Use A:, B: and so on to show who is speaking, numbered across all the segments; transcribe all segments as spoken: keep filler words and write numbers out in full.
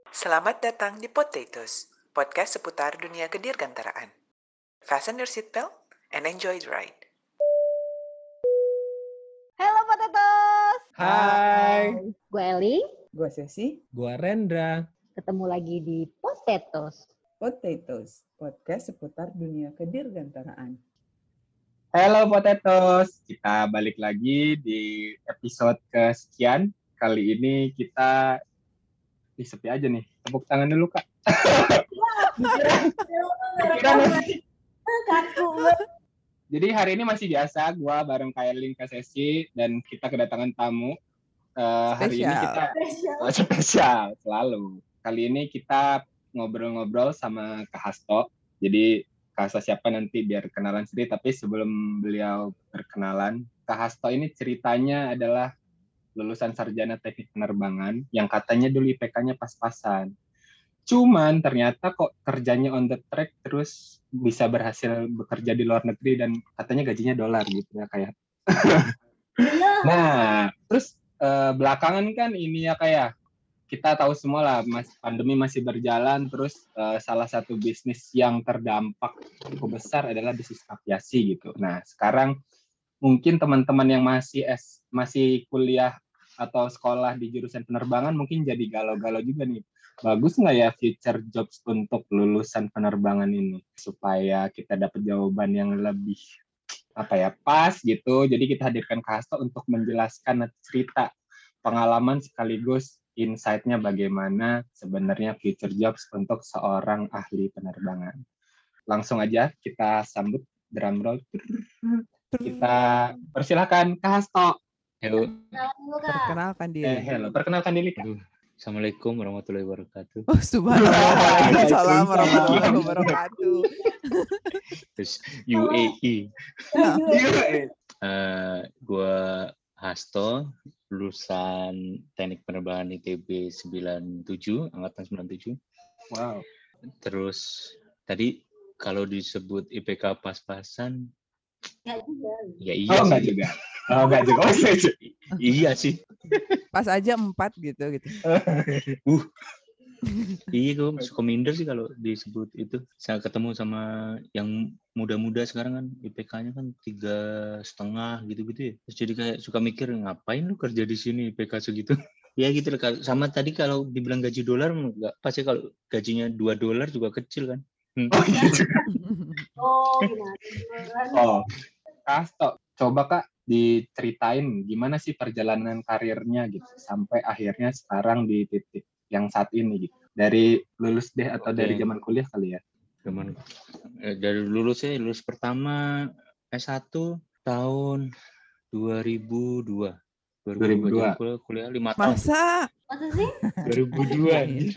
A: Selamat datang di Potatoes, podcast seputar dunia kedirgantaraan. Fasten your seatbelt and enjoy the ride.
B: Halo Potatoes.
C: Hai.
B: Gue Eli.
D: Gue Sesi.
C: Gua Rendra.
B: Ketemu lagi di Potatoes.
D: Potatoes, podcast seputar dunia kedirgantaraan.
C: Halo Potatoes, kita balik lagi di episode kesekian. Kali ini kita Ih, sepi aja nih. Tepuk tangan dulu, Kak. Jadi hari ini masih biasa, gua bareng Kailin, Kak Sesi, dan kita kedatangan tamu. Uh, hari ini kita oh, spesial selalu. Kali ini kita ngobrol-ngobrol sama Kak Hasto. Jadi Kak Hasto siapa nanti biar kenalan sendiri. Tapi sebelum beliau berkenalan, Kak Hasto ini ceritanya adalah lulusan sarjana teknik penerbangan yang katanya dulu I P K-nya pas-pasan. Cuman ternyata kok kerjanya on the track terus bisa berhasil bekerja di luar negeri dan katanya gajinya dolar gitu ya kayak. Nah, terus eh, belakangan kan ini ya kayak kita tahu semua lah, mas, pandemi masih berjalan, terus eh, salah satu bisnis yang terdampak cukup besar adalah bisnis aviasi gitu. Nah, sekarang mungkin teman-teman yang masih es, masih kuliah atau sekolah di jurusan penerbangan mungkin jadi galau-galau juga nih. Bagus nggak ya future jobs untuk lulusan penerbangan ini? Supaya kita dapat jawaban yang lebih apa ya pas gitu. Jadi kita hadirkan Kak Hasto untuk menjelaskan cerita pengalaman sekaligus insight-nya bagaimana sebenarnya future jobs untuk seorang ahli penerbangan. Langsung aja kita sambut drum roll. Kita persilahkan Kak Hasto.
E: Halo.
D: Perkenalkan diri.
C: Eh, hello, perkenalkan diri Kak.
E: Assalamualaikum warahmatullahi wabarakatuh.
D: Oh, subhanallah. Waalaikumsalam warahmatullahi wabarakatuh.
E: Terus U A E. Uh, gua Hasto, lulusan Teknik Penerbangan I T B sembilan tujuh, angkatan sembilan tujuh.
C: Wow.
E: Terus tadi kalau disebut I P K pas-pasan,
B: Enggak juga.
E: ya iya
C: Oh,
E: sih.
C: enggak juga. Oh, enggak juga. Oh, iya,
E: iya sih.
D: Pas aja empat gitu gitu.
E: Uh. Iya, gue suka minder sih kalau disebut itu. Saya ketemu sama yang muda-muda sekarang kan I P K-nya kan tiga setengah gitu-gitu ya. Terus jadi kayak suka mikir ngapain lu kerja di sini I P K segitu. Ya gitu loh. Sama tadi kalau dibilang gaji dolar enggak pasti kalau gajinya dua dolar juga kecil kan. Hmm.
C: Oh, iya juga.
B: Oh, gimana?
C: Oh, Kak Hasto, coba Kak diceritain gimana sih perjalanan karirnya gitu sampai akhirnya sekarang di titik yang saat ini gitu. Dari lulus deh atau
E: Oke.
C: dari zaman kuliah kali ya?
E: Zaman eh, dari lulus ya lulus pertama S satu tahun dua ribu dua.
C: dua ribu dua.
E: Jadi kuliah, kuliah lima tahun.
D: Masa?
B: Masa sih?
E: dua ribu dua.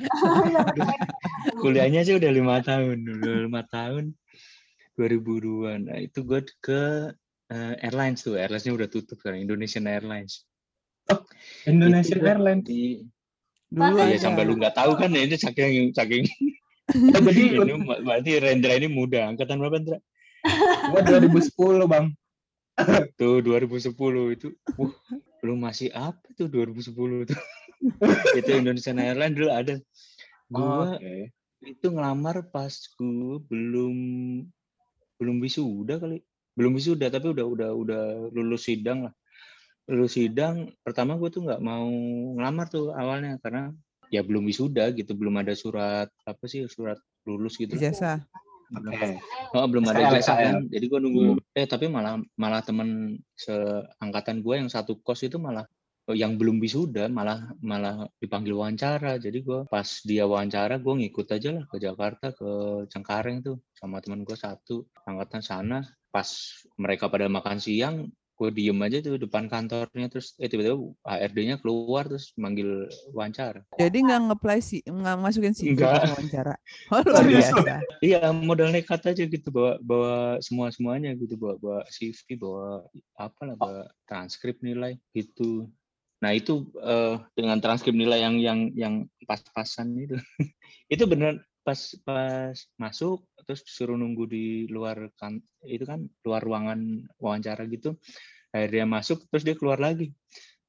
E: Kuliahnya sih udah lima tahun, udah lima tahun. dua ribu dua. Nah itu gue ke uh, airlines tuh, airlinesnya udah tutup sekarang, Indonesian Airlines.
C: Oh, Indonesian
E: Itu gua
C: Airlines.
E: Di,
D: Dulu
E: ya
D: aja.
E: sampai lu nggak tahu kan ya ini saking saking.
C: Oh, jadi
E: ini berarti Rendra ini muda, angkatan berapa Rendra?
C: gua dua ribu sepuluh Bang.
E: Tuh dua ribu sepuluh itu, uh, lu masih apa tuh dua ribu sepuluh tuh? Itu Indonesian Airlines dulu ada. Gua
C: Oh, okay.
E: itu ngelamar pas gue belum belum wisuda kali, belum wisuda tapi udah udah udah lulus sidang lah. Lulus sidang pertama gue tuh nggak mau ngelamar tuh awalnya karena ya belum wisuda gitu, belum ada surat apa sih surat lulus gitu.
D: Ijazah.
E: Belum,
C: Okay.
E: oh, belum ada
C: S K L,
E: ijazah
C: S K L.
E: kan, jadi gue nunggu.
C: Hmm.
E: Eh tapi malah malah temen seangkatan gue yang satu kos itu malah yang belum wisuda malah malah dipanggil wawancara. Jadi gue pas dia wawancara gue ngikut aja lah ke Jakarta ke Cengkareng tuh sama teman gue satu angkatan sana. Pas mereka pada makan siang gue diem aja tuh depan kantornya terus eh tiba-tiba H R D-nya keluar terus manggil wawancara.
D: Jadi nggak nge-apply sih, nggak masukin C V
E: Enggak.
D: pas wawancara. Oh, luar
C: Serius?
D: biasa.
E: Iya modal nekat aja gitu bawa bawa semua semuanya gitu bawa bawa C V bawa apa lah bawa transkrip nilai gitu. Nah itu uh, dengan transkrip nilai yang yang yang pas-pasan itu itu benar pas pas masuk terus suruh nunggu di luar kan itu kan luar ruangan wawancara gitu akhirnya masuk terus dia keluar lagi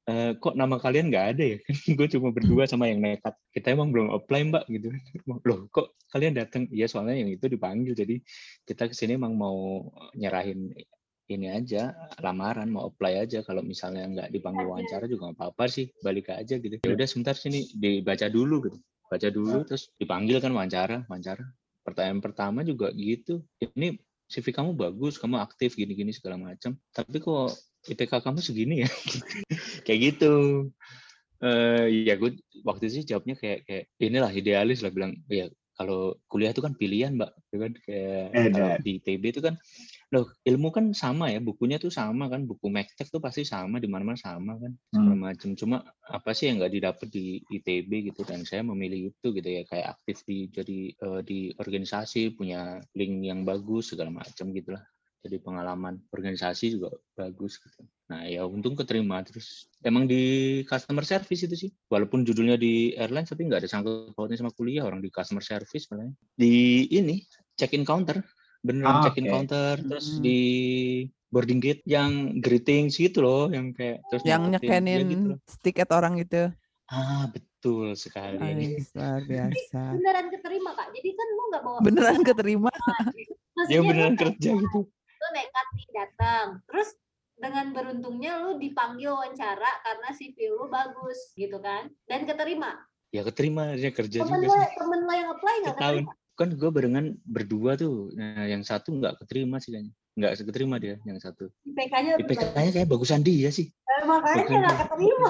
E: "Eh, kok nama kalian nggak ada ya?" Kan gue cuma berdua sama yang nekat. "Kita emang belum apply mbak," gitu. "Loh kok kalian datang?" "Iya soalnya yang itu dipanggil, jadi kita kesini emang mau nyerahin ini aja, lamaran, mau apply aja. Kalau misalnya nggak dipanggil wawancara juga nggak apa-apa sih, balik aja gitu." "Ya udah sebentar sini dibaca dulu," gitu. Baca dulu terus dipanggil kan wawancara, wawancara. Pertanyaan pertama juga gitu, "Ini C V kamu bagus, kamu aktif gini-gini segala macam. Tapi kok I P K kamu segini ya?" Kayak gitu. Eh ya gue waktu itu sih jawabnya kayak kayak inilah idealis lah, bilang ya kalau kuliah itu kan pilihan mbak, gitu kan kayak kalau
C: Edan.
E: di I T B itu kan loh ilmu kan sama ya, bukunya tuh sama kan, buku Mektek tuh pasti sama di mana-mana sama kan segala
C: Hmm.
E: macam. Cuma apa sih yang nggak didapat di I T B gitu, dan saya memilih itu gitu ya, kayak aktif di jadi eh, di organisasi, punya link yang bagus segala macam gitulah. Jadi pengalaman organisasi juga bagus gitu. Nah ya untung keterima. Terus emang di customer service itu sih, walaupun judulnya di airline tapi nggak ada sangkut pautnya sama kuliah, orang di customer service malah. Di ini check in counter, beneran
C: Ah,
E: check in
C: oke.
E: counter, terus
D: Hmm.
E: di boarding gate yang greetings gitu loh, yang kayak terus
D: Yang
E: nyautin ya gitu loh.
D: nyekenin tiket orang itu.
E: Ah betul sekali.
D: Ais, luar biasa.
B: Beneran keterima Kak. Jadi kan lu nggak bawa
D: Beneran keterima.
E: Dia
B: maksudnya lu,
E: beneran kerja gitu.
B: lu nekat nih datang. Terus dengan beruntungnya lu dipanggil wawancara karena C V lu bagus gitu kan. Dan keterima.
E: Ya keterima, dia kerja
B: Temen
E: juga
B: lo,
E: sih.
B: temen lo yang apply nggak
E: Setahun.
B: keterima?
E: Kan gue barengan berdua tuh. Nah, yang satu nggak keterima sih kayaknya. Nggak keterima dia, yang satu.
B: I P K-nya
E: I P K-nya kayak bagusan dia sih.
B: Eh, makanya
E: bagusan
B: nggak
E: dia.
B: keterima.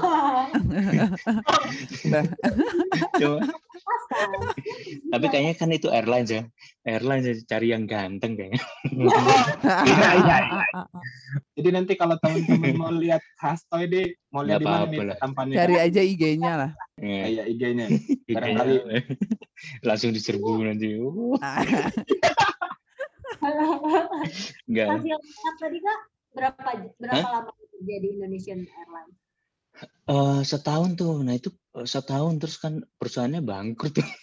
D: Nah,
E: Cuma,
B: Pasal.
E: tapi kayaknya kan itu airlines ya. Airlines ya, cari yang ganteng kayaknya.
C: Iya, iya, iya. Jadi nanti kalau teman-teman mau lihat Hasto ini, mau lihat
E: Nggak
C: di mana
E: apa-apa
C: nih
E: lah.
C: tampannya?
D: cari aja I G-nya lah.
E: Ya,
C: Iya, I G-nya.
E: I G-nya
C: Barangkali
E: langsung diserbu nanti. Uh, Enggak.
B: Hasil nekat tadi Kak berapa berapa
E: Hah?
B: lama kerja di Indonesian Airlines?
E: Eh, setahun tuh. Nah itu eh, setahun terus kan perusahaannya bangkrut tuh.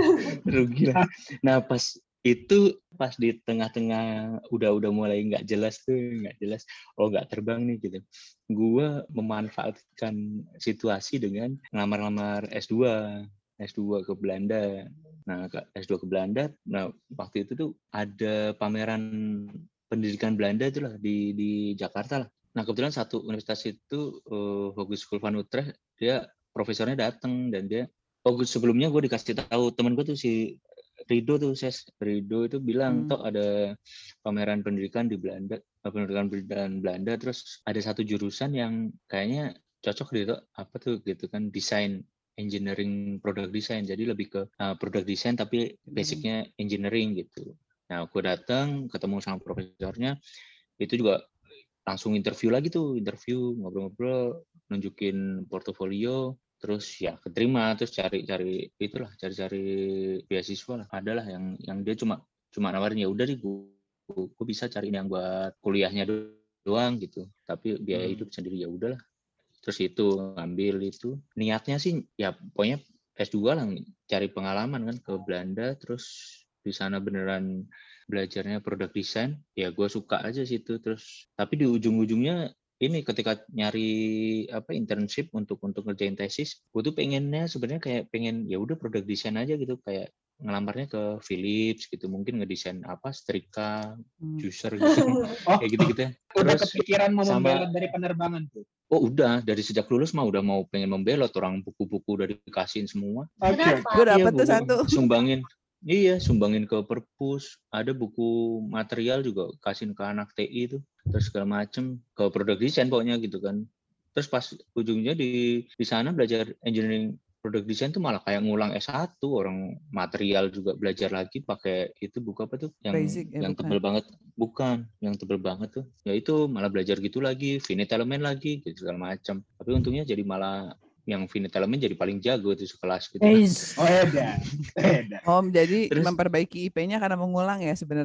E: Rugi lah. Nah pas itu pas di tengah-tengah udah udah mulai nggak jelas tuh, nggak jelas, oh nggak terbang nih gitu. Gua memanfaatkan situasi dengan ngelamar-lamar S dua S dua ke Belanda. Nah ke S dua ke Belanda, nah waktu itu tuh ada pameran pendidikan Belanda itu lah di di Jakarta lah. Nah kebetulan satu universitas itu uh, Hogeschool van Utrecht, dia profesornya datang dan dia oh sebelumnya gue dikasih tahu temen gue tuh si Rido tuh ses Rido itu bilang
D: Hmm.
E: toh ada pameran pendidikan di Belanda, pendidikan pendidikan Belanda, terus ada satu jurusan yang kayaknya cocok deh toh, apa tuh gitu kan, desain engineering product design, jadi lebih ke uh, product design tapi basicnya engineering gitu. Nah aku datang ketemu sama profesornya, itu juga langsung interview lagi tuh, interview ngobrol-ngobrol, nunjukin portofolio, terus ya keterima, terus cari-cari itulah, cari-cari beasiswa lah, adalah yang yang dia cuma cuma nawarin ya udah deh gue gue bisa cariin yang buat kuliahnya doang gitu, tapi biaya
C: Hmm.
E: hidup sendiri ya udahlah. Terus itu ngambil itu, niatnya sih ya pokoknya S dua lah, cari pengalaman kan ke Belanda, terus di sana beneran belajarnya product design, ya gue suka aja situ. Terus tapi di ujung-ujungnya ini ketika nyari apa internship untuk untuk ngerjain tesis, gue tuh pengennya sebenarnya kayak pengen ya udah product design aja gitu, kayak ngelamarnya ke Philips gitu, mungkin ngedesain apa setrika,
D: Hmm.
E: juicer gitu,
C: Oh,
E: kayak gitu-gitu.
C: udah
E: Terus
C: kepikiran mau
E: sama-
C: membelot dari penerbangan tuh.
E: oh udah dari sejak lulus mah udah mau pengen membelot, orang buku-buku udah dikasihin semua.
C: Oke.
B: Kenapa?
D: Gue dapet
E: Iya,
D: tuh
E: gua
D: satu.
E: sumbangin. Iya, sumbangin ke perpus. Ada buku material juga kasihin ke anak T I itu. Terus segala macem ke product design pokoknya gitu kan. Terus pas ujungnya di di sana belajar engineering product design tuh malah kayak ngulang S satu, orang material juga belajar lagi pakai itu buku apa tuh yang
D: Basic, ya,
E: yang
D: bukan.
E: tebel banget, bukan yang tebel banget tuh. Ya itu malah belajar gitu lagi, finite element lagi gitu segala macam. Tapi untungnya jadi malah yang finite element jadi paling jago itu sekelas gitu.
C: Oh, Edan. Edan.
D: Om jadi
E: Terus-
D: memperbaiki I P-nya karena mengulang ya sebenarnya.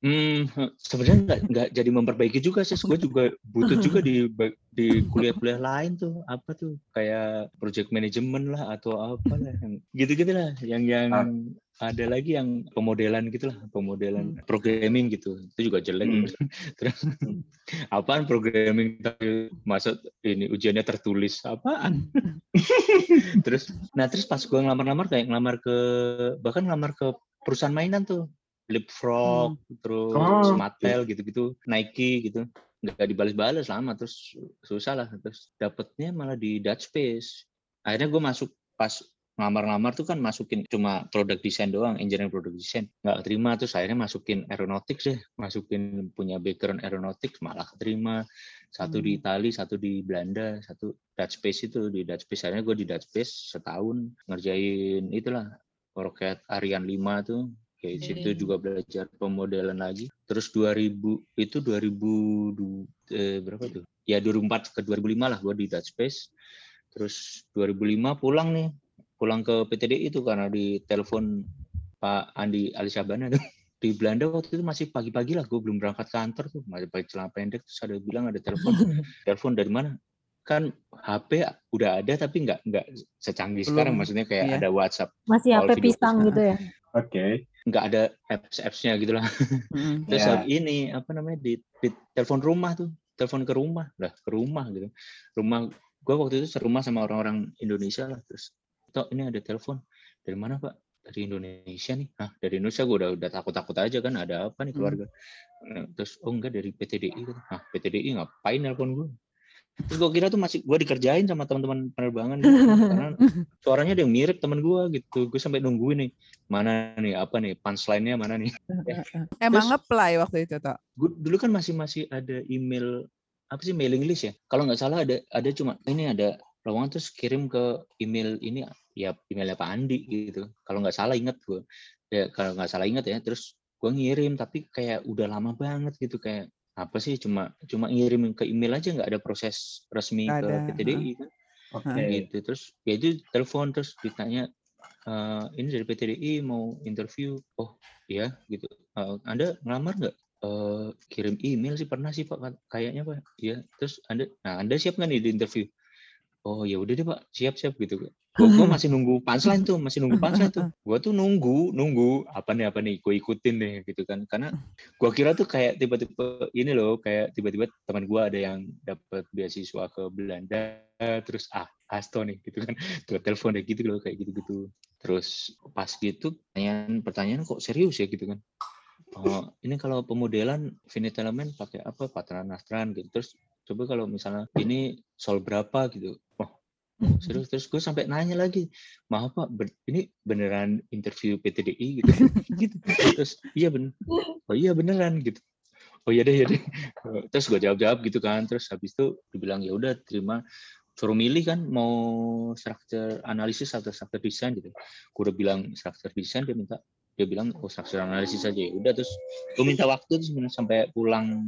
E: Hmm, sebenarnya nggak nggak jadi memperbaiki juga sih. Gue juga butuh juga di di kuliah-kuliah lain tuh apa tuh kayak project management lah atau apa lah yang gitu-gitu lah. Yang yang
C: Ah.
E: ada lagi yang pemodelan gitu lah, pemodelan programming gitu. Itu juga jelek.
C: Hmm.
E: Terus apaan programming tapi maksud ini ujiannya tertulis apaan? Terus, nah terus pas gue ngelamar-lamar kayak ngelamar ke bahkan ngelamar ke perusahaan mainan tuh. Leapfrog, terus
C: Oh,
E: Mattel gitu-gitu, Nike gitu, nggak dibalas-balas lama, terus susah lah, terus dapetnya malah di Dutch Space. Akhirnya gue masuk pas ngamar-ngamar tuh kan masukin cuma product design doang, engineering product design, nggak terima, terus akhirnya masukin aeronautics deh, masukin punya background aeronautics malah keterima, satu di Itali, satu di Belanda, satu Dutch Space itu di Dutch Space. Akhirnya gue di Dutch Space setahun ngerjain itulah roket Ariane lima tuh. Kayak
B: Hmm.
E: situ juga belajar pemodelan lagi. Terus dua ribu itu dua ribu eh, berapa tuh? Ya dua ribu empat ke dua ribu lima lah gue di Dutch Space. Terus dua ribu lima pulang nih, pulang ke P T D I itu karena ditelepon Pak Andi Alisabana tuh. Di Belanda waktu itu masih pagi-pagi lah, gue belum berangkat kantor tuh, masih pakai celana pendek, terus ada bilang ada telepon. Telepon dari mana? Kan H P udah ada tapi nggak nggak secanggih
D: Belum,
E: sekarang, maksudnya kayak
D: iya.
E: ada WhatsApp.
F: Masih
E: call
F: H P
E: video
F: pisang
E: call.
F: gitu ya.
C: Oke. Okay.
E: Nggak ada apps-appsnya gitu lah.
D: Mm.
E: Terus
C: Yeah.
E: ini apa namanya di, di telepon rumah tuh, telepon ke rumah, lah ke rumah gitu. Rumah gue waktu itu serumah sama orang-orang Indonesia lah. Terus, Tok ini ada telepon dari mana Pak? Dari Indonesia nih. Hah, dari Indonesia gue udah udah takut-takut aja kan, ada apa nih keluarga. Hmm. Terus oh enggak dari P T D I. Hah, P T D I ngapain telepon gue? Terus gue kira tuh masih gue dikerjain sama teman-teman penerbangan gitu. Karena suaranya ada yang mirip teman gue gitu. Gue sampai nungguin nih mana nih apa nih punchline-nya mana nih.
D: Emang
E: Terus,
D: nge-play waktu itu Tok?
E: Gue dulu kan masih masih ada email apa sih mailing list ya. Kalau nggak salah ada ada cuma ini ada lowongan terus kirim ke email ini ya emailnya Pak Andi gitu. Kalau nggak salah ingat gue. Ya kalau nggak salah ingat ya. Terus gue ngirim tapi kayak udah lama banget gitu kayak apa sih cuma cuma ngirim ke email aja nggak ada proses resmi
D: Nggak
E: ke
D: ada,
E: P T D I kan.
C: Oke.
E: Gitu terus ya itu telepon terus ditanya e, ini dari P T D I mau interview. Oh iya gitu. Uh, Anda ngelamar nggak? Uh, kirim email sih pernah sih Pak kayaknya Pak. Iya. Terus Anda nah Anda siap nggak nih di interview? Oh ya udah deh Pak, siap-siap gitu. Gue gue masih nunggu punchline tuh, masih nunggu punchline tuh. Gue tuh nunggu, nunggu apa nih apa nih, gue ikutin deh gitu kan. Karena gue kira tuh kayak tiba-tiba ini loh, kayak tiba-tiba teman gue ada yang dapat beasiswa ke Belanda, terus ah Asto nih gitu kan. Gue telepon deh gitu loh kayak gitu-gitu. Terus pas gitu pertanyaan pertanyaan kok serius ya gitu kan. Oh, ini kalau pemodelan finite element pakai apa? Patran-astran gitu. Terus coba kalau misalnya ini sol berapa gitu. Oh, serius. Terus gue sampai nanya lagi, maaf Pak, ber, ini beneran interview P T D I gitu. gitu. Terus iya bener. Oh iya beneran gitu. Oh iya deh, iya deh. Terus gue jawab-jawab gitu kan. Terus habis itu dibilang ya udah terima. Suruh milih kan mau structure analisis atau structure design gitu. Gue udah bilang structure design, dia minta dia bilang oh structure analisis aja ya udah. Terus gue minta waktu tuh sebenarnya sampai pulang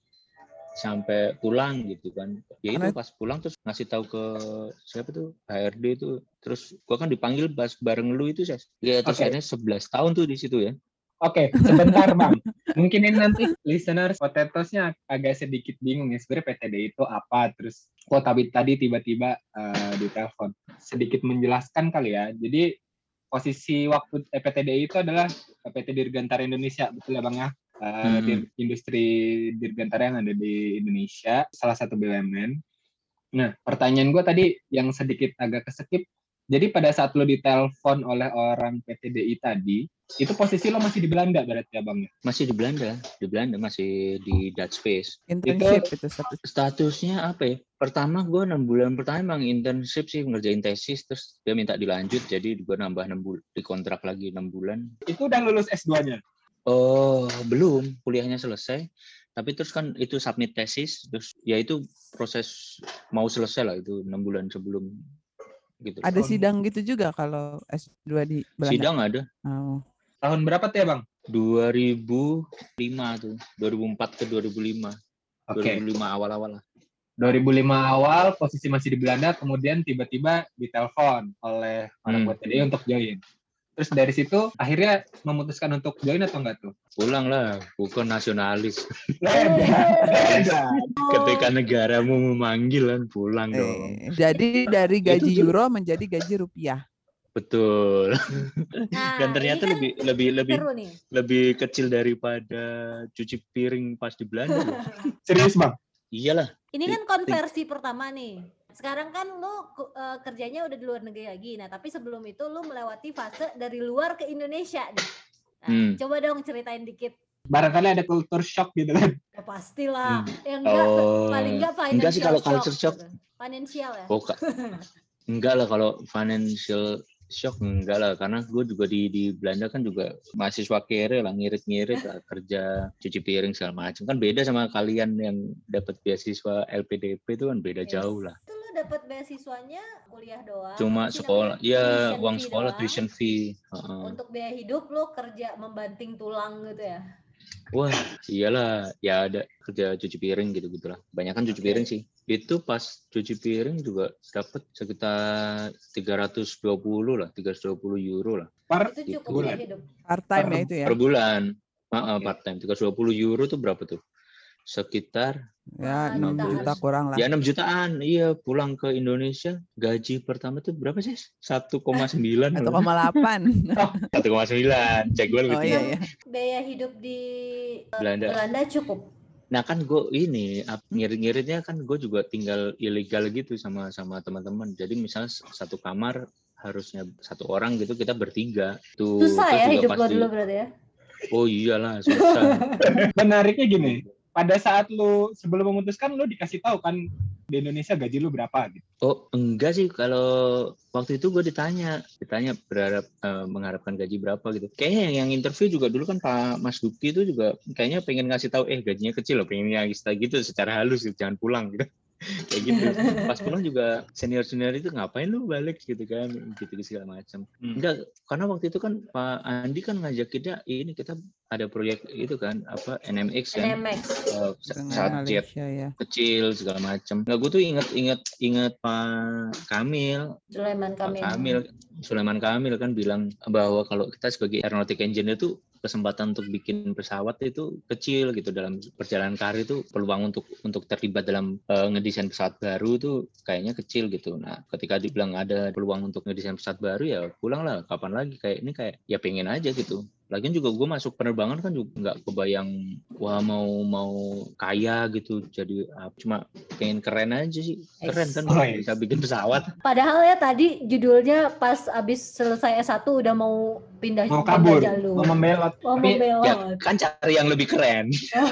E: sampai pulang gitu kan ya itu pas pulang terus ngasih tahu ke siapa tuh H R D itu terus gue kan dipanggil pas bareng lu itu sih ya terus okay. Akhirnya sebelas tahun tuh di situ ya.
C: Oke, okay, sebentar Bang. Mungkin ini nanti listeners Potetosnya agak sedikit bingung ya sebenarnya P T D I itu apa, terus kok tadi tadi tiba-tiba uh, ditelepon. Sedikit menjelaskan kali ya. Jadi posisi waktu P T D I itu adalah P T Dirgantara Indonesia, betul ya Bang ya? Uh, hmm. di industri Dirgantara yang ada di Indonesia, salah satu B U M N. Nah, pertanyaan gue tadi yang sedikit agak keskip. Jadi pada saat lo ditelepon oleh orang P T D I tadi, itu posisi lo masih di Belanda berarti ya Bang?
E: Masih di Belanda, di Belanda masih di Dutch Space.
D: Internship itu, itu
E: status. Statusnya apa ya? Pertama gue enam bulan pertama emang internship sih ngerjain tesis, terus dia minta dilanjut, jadi gue nambah enam bulan, dikontrak lagi enam bulan.
C: Itu udah lulus S dua-nya?
E: Oh belum, kuliahnya selesai. Tapi terus kan itu submit tesis, terus ya itu proses mau selesai lah itu enam bulan sebelum. Gitu.
D: Ada sidang gitu juga kalau S dua di Belanda?
E: Sidang ada.
D: Oh.
C: Tahun berapa tuh ya Bang?
E: dua ribu lima tuh. dua ribu empat ke dua ribu lima. Oke. Okay. dua ribu lima awal-awal lah. dua
C: ribu lima awal, posisi masih di Belanda, kemudian tiba-tiba ditelepon oleh orang hmm. P T D I untuk join. Terus dari situ akhirnya memutuskan untuk join atau enggak tuh?
E: Pulang lah, bukan nasionalis.
C: Beda.
E: Ketika negaramu memanggil kan pulang dong.
D: Eh, jadi dari gaji
E: Itu tuh-
D: euro menjadi gaji rupiah.
E: Betul.
B: Nah,
E: Dan ternyata
B: ini kan
E: lebih lebih lebih
B: seru nih.
E: lebih kecil daripada cuci piring pas di Belanda. loh.
C: Serius bang?
E: Iyalah.
B: Ini kan konversi pertama nih. Sekarang kan lu uh, kerjanya udah di luar negeri lagi. Nah, tapi sebelum itu lu melewati fase dari luar ke Indonesia nih. Nah,
E: Hmm.
B: coba dong ceritain dikit.
C: Barangkali ada culture shock gitu kan?
B: Ya pastilah.
E: Hmm.
B: Ya enggak,
E: Oh,
B: paling enggak financial
E: enggak sih kalau
B: shock.
E: culture shock.
B: gitu. Financial ya.
E: Oh, Kak. Enggak lah kalau financial shock enggak lah karena gue juga di di Belanda kan juga mahasiswa kere lah ngirit-ngirit lah kerja cuci piring segala macam kan beda sama kalian yang dapat beasiswa L P D P itu kan beda
B: Yes.
E: jauh lah.
B: Itu lu dapat beasiswanya kuliah doang.
E: Cuma
B: apa sih
E: sekolah,
B: namanya?
E: ya
B: Tuition
E: uang
B: fee
E: sekolah
B: doang.
E: tuition fee. Heeh.
B: Untuk biaya hidup lu kerja membanting tulang gitu ya.
E: Wah, iyalah, ya ada kerja cuci piring gitu gitulah. Banyak kan cuci piring sih. Itu pas cuci piring juga dapat sekitar tiga ratus dua puluh lah, tiga ratus dua puluh euro lah
C: Par
B: Itu cukup
E: bulan.
B: biaya hidup.
D: Part time ya itu ya.
E: per bulan. Heeh,
C: Oke.
E: part time. tiga ratus dua puluh euro tuh berapa tuh? Sekitar
D: Ya
B: Ah,
D: enam
B: jutaan.
D: juta kurang lah.
E: ya enam jutaan. Iya, pulang ke Indonesia gaji pertama tuh berapa sih? satu koma sembilan.
D: satu koma delapan.
E: satu koma sembilan. Cek gue lebih
D: Oh
E: tinggi.
D: iya iya.
B: Biaya hidup di
E: Belanda.
B: Belanda cukup.
E: Nah kan gue ini ap- ngirit-ngiritnya kan gue juga tinggal ilegal gitu sama sama teman-teman. Jadi misalnya s- satu kamar harusnya satu orang gitu kita bertiga. Tuh
B: Susah
E: terus
B: ya
E: juga
B: hidup
E: pas
B: lo
E: di-
B: dulu berarti ya.
E: Oh iyalah susah.
C: menariknya gini, pada saat lu sebelum memutuskan lu dikasih tahu kan di Indonesia gaji lu berapa gitu.
E: Oh enggak sih kalau waktu itu gue ditanya, ditanya berharap eh, mengharapkan gaji berapa gitu. Kayaknya yang, yang interview juga dulu kan Pak Mas Duki itu juga kayaknya pengen ngasih tahu eh gajinya kecil loh, pengen ngasih tahu gitu secara halus gitu, jangan pulang gitu. Kayak gitu. Pas pulang juga senior-senior itu ngapain lu balik gitu kan, gitu segala macam.
C: Hmm.
E: Enggak, karena waktu itu kan Pak Andi kan ngajak kita ini kita ada proyek itu kan apa N M X kan.
B: N M X.
E: eh,
D: Dengan
E: saat jet
D: Malaysia ya.
E: kecil segala macam. Nah, gue tuh inget inget inget Pak Kamil,
B: Sulaiman
E: Pak
B: Kamil.
E: Kamil, Sulaiman Kamil kan bilang bahwa kalau kita sebagai aeronautic engineer itu kesempatan untuk bikin pesawat itu kecil gitu dalam perjalanan karir itu peluang untuk untuk terlibat dalam uh, ngedesain pesawat baru itu kayaknya kecil gitu. Nah, ketika dibilang ada peluang untuk ngedesain pesawat baru ya pulang lah. Kapan lagi kayak ini kayak ya pengen aja gitu. Lagian juga gue masuk penerbangan kan juga nggak kebayang wah mau mau kaya gitu jadi uh, cuma pengen keren aja sih keren kan
C: Oh, iya.
E: bisa bikin pesawat.
B: Padahal ya tadi judulnya pas abis selesai S satu udah mau pindah
C: Mau
B: pindah
C: kabur,
B: jalur.
C: mau membelot.
B: Mau
C: Tapi
B: membelot.
E: Ya kan cari yang lebih keren.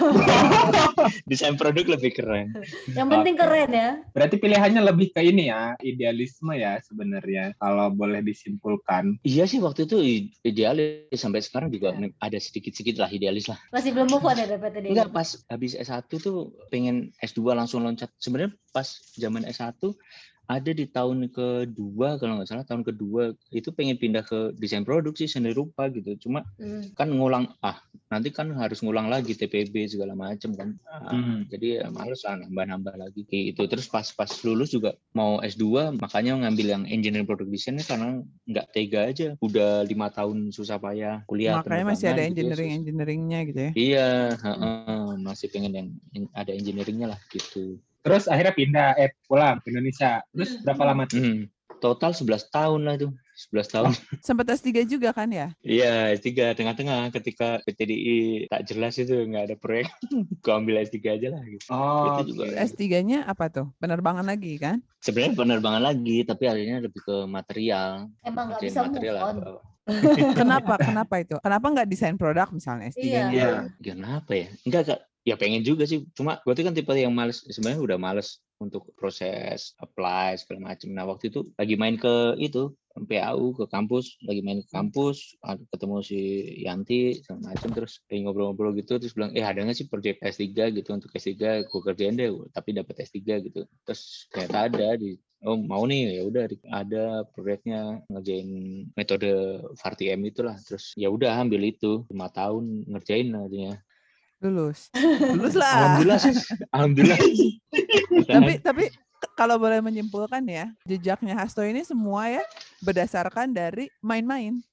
E: Desain produk lebih keren.
B: Yang penting
C: Oke.
B: keren ya.
C: Berarti pilihannya lebih ke ini ya, idealisme ya sebenarnya kalau boleh disimpulkan.
E: Iya sih waktu itu i- idealis sampai sekarang juga ada sedikit-sedikit lah idealis lah.
B: Masih belum move on ya dari P T D.
E: Enggak pas habis S satu tuh pengen S dua langsung loncat. Sebenarnya pas zaman S satu ada di tahun kedua kalau nggak salah tahun kedua itu pengen pindah ke desain produk sih seni rupa gitu. Cuma
B: Hmm.
E: kan ngulang ah nanti kan harus ngulang lagi T P B segala macam kan. Ah,
C: Hmm.
E: Jadi ya males lah nambah-nambah lagi kayak itu. Terus pas pas lulus juga mau S dua makanya ngambil yang engineering product design karena nggak tega aja. Udah lima tahun susah payah kuliah
D: Makanya masih ada
E: penerbangan gitu ya,
D: engineering
E: sus-
D: engineeringnya gitu ya.
E: Iya, heeh, masih pengen yang in- ada engineeringnya lah gitu.
C: Terus akhirnya pindah, eh pulang ke Indonesia. Terus berapa lama tuh?
E: Hmm, total sebelas tahun lah itu, sebelas tahun.
D: Sempat S tiga juga kan ya?
E: Iya, S tiga tengah-tengah ketika P T D I tak jelas itu nggak ada proyek, gua ambil S tiga aja lah gitu.
C: Oh,
E: Itu juga.
C: oke.
D: S tiga-nya apa tuh? Penerbangan lagi kan?
E: Sebenarnya penerbangan lagi, tapi akhirnya lebih ke material.
B: Emang nggak
E: Ngerjain
B: bisa move
E: material
B: on.
E: apa-
D: Kenapa? Kenapa itu? Kenapa nggak desain produk misalnya S tiga-nya?
B: Iya.
C: Iya.
E: Kenapa ya? Enggak, Kak. Ya pengen juga sih. Cuma gue tuh kan tipe yang males. Sebenarnya udah males untuk proses apply segala macam. Nah waktu itu lagi main ke itu P A U ke kampus, lagi main ke kampus, ada- ketemu si Yanti segala macam, terus kayak ngobrol-ngobrol gitu, terus bilang eh ada nggak sih proyek S tiga gitu untuk S tiga, gue kerjain deh, tapi dapat S tiga gitu. Terus ternyata ada di oh mau nih ya udah di- ada proyeknya ngerjain metode V A R T M itulah. Terus ya udah ambil itu lima tahun ngerjain artinya.
D: Lulus. Lulus lah.
E: Alhamdulillah sih. Alhamdulillah.
D: tapi tapi k- kalau boleh menyimpulkan ya, jejaknya Hasto ini semua ya berdasarkan dari main-main.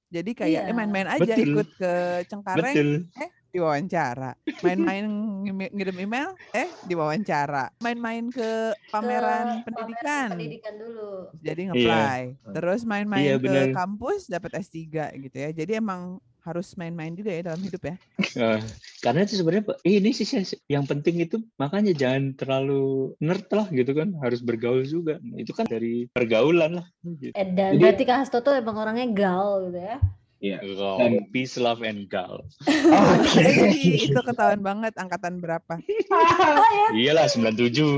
D: Jadi kayak
B: Iya.
D: eh main-main aja
E: Betul.
D: ikut ke Cengkareng,
E: Betul.
D: eh diwawancara. Main-main ngim- ngirim email, eh diwawancara. Main-main ke pameran
B: Ke
D: pendidikan,
B: pendidikan dulu.
D: jadi
E: Iya.
D: nge-apply. Terus
E: Iya
D: main-main ke
E: benar.
D: kampus dapat S tiga gitu ya. Jadi emang harus main-main juga ya dalam hidup ya.
E: Eh, karena itu sebenarnya Pak, ini sih sih yang penting itu makanya jangan terlalu nerd lah gitu kan, harus bergaul juga. Itu kan dari pergaulan lah. Gitu.
B: Eh, dan
C: Jadi-
B: berarti Kak Hasto tuh emang orangnya gal gitu ya.
C: Iya.
E: Gaul,
C: Dan-
E: peace, love, and gal.
C: Oke.
D: Eh, itu ketahuan banget angkatan berapa.
E: Iyalah sembilan puluh tujuh.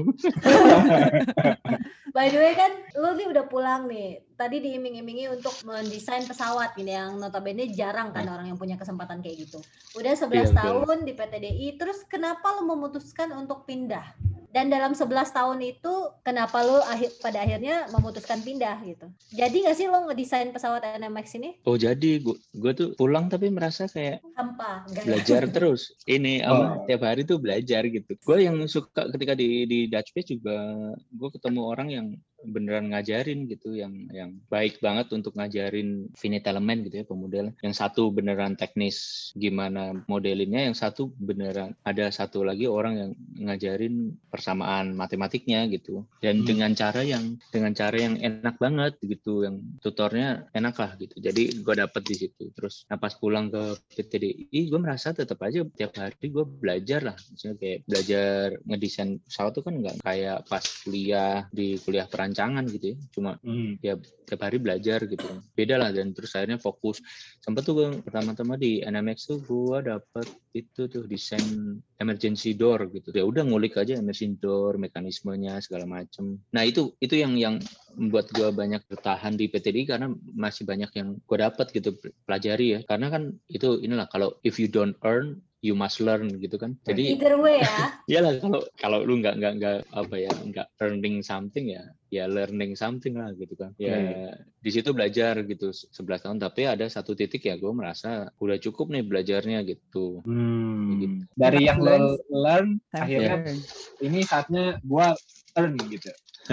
B: By the way kan, lu nih udah pulang nih. Tadi diiming-imingi untuk mendesain pesawat gini yang notabene jarang kan orang yang punya kesempatan kayak gitu. Udah sebelas
E: Iya, betul.
B: tahun di P T D I, terus kenapa lu memutuskan untuk pindah? Dan dalam sebelas tahun itu, kenapa lu akhir, pada akhirnya memutuskan pindah gitu? Jadi nggak sih lo ngedesain pesawat N M X ini?
E: Oh jadi gua, gua tuh pulang tapi merasa kayak
B: Hampa, enggak ya?
E: belajar terus. Ini
C: Oh.
E: apa tiap hari tuh belajar gitu. Gue yang suka ketika di di Dutch Base juga gue ketemu orang yang beneran ngajarin gitu, yang yang baik banget untuk ngajarin finite element gitu ya, pemodel. Yang satu beneran teknis gimana modelinnya, yang satu beneran ada satu lagi orang yang ngajarin persamaan matematiknya gitu. Dan
C: Hmm.
E: dengan cara yang dengan cara yang enak banget gitu, yang tutornya enak lah gitu. Jadi gue dapet di situ. Terus nah pas pulang ke P T D I, gue merasa tetap aja tiap hari gue belajar lah. Misalnya kayak belajar ngedesain pesawat tuh kan nggak kayak pas kuliah di kuliah perancangan gitu ya. Cuma
C: Hmm.
E: ya tiap hari belajar gitu. Beda lah, dan terus akhirnya fokus. Sempet tuh gue pertama-tama di N M X tuh gue dapet itu tuh desain emergency door gitu. Ya udah ngulik aja emergency door, mekanismenya segala macem. Nah itu itu yang yang membuat gue banyak bertahan di P T D I karena masih banyak yang gue dapat gitu pelajari ya. Karena kan itu inilah, kalau if you don't earn you must learn gitu kan. Jadi
B: Either way ya.
E: iyalah kalau kalau lu nggak nggak nggak apa ya nggak earning something ya ya learning something lah gitu kan. Ya
C: Hmm.
E: di situ belajar gitu sebelas tahun, tapi ada satu titik ya gue merasa udah cukup nih belajarnya gitu.
C: Hmm.
E: Gitu.
C: Dari
D: Time
C: yang
D: to
C: lo
D: learn.
C: learn,
D: Time to
C: akhirnya
D: learn.
C: ini saatnya gua earn gitu.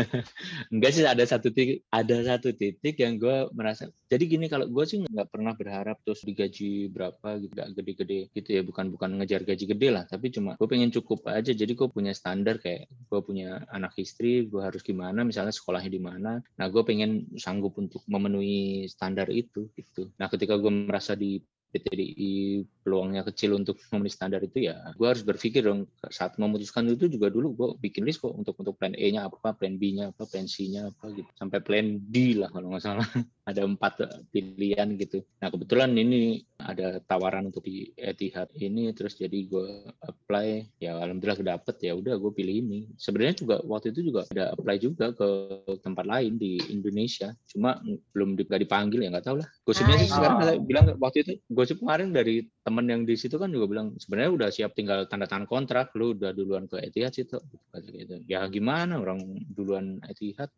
E: Enggak sih, ada satu titik ada satu titik yang gue merasa jadi gini, kalau gue sih nggak pernah berharap terus digaji berapa gitu, nggak gede-gede gitu ya, bukan bukan ngejar gaji gede lah, tapi cuma gue pengen cukup aja. Jadi gue punya standar, kayak gue punya anak istri, gue harus gimana, misalnya sekolahnya di mana, nah gue pengen sanggup untuk memenuhi standar itu gitu. Nah ketika gue merasa di P T D I peluangnya kecil untuk memenuhi standar itu, ya gue harus berpikir dong. Saat memutuskan itu juga dulu gue bikin list kok untuk untuk plan E-nya apa, plan B-nya apa, plan C-nya apa gitu, sampai plan D lah kalau nggak salah. Ada empat pilihan gitu. Nah kebetulan ini ada tawaran untuk di Etihad ini, terus jadi gue apply, ya alhamdulillah dapet, ya udah gue pilih ini. Sebenarnya juga waktu itu juga ada apply juga ke tempat lain di Indonesia, cuma belum di- nggak dipanggil, ya nggak tahu lah. Gosipnya sih
B: Ah,
E: sekarang
C: iya.
E: katanya- bilang waktu itu, gosip kemarin dari temen yang di situ kan juga bilang sebenarnya udah siap, tinggal tanda tangan kontrak, lu udah duluan ke Etihad sih tuh. Gitu. Ya gimana, orang duluan Etihad.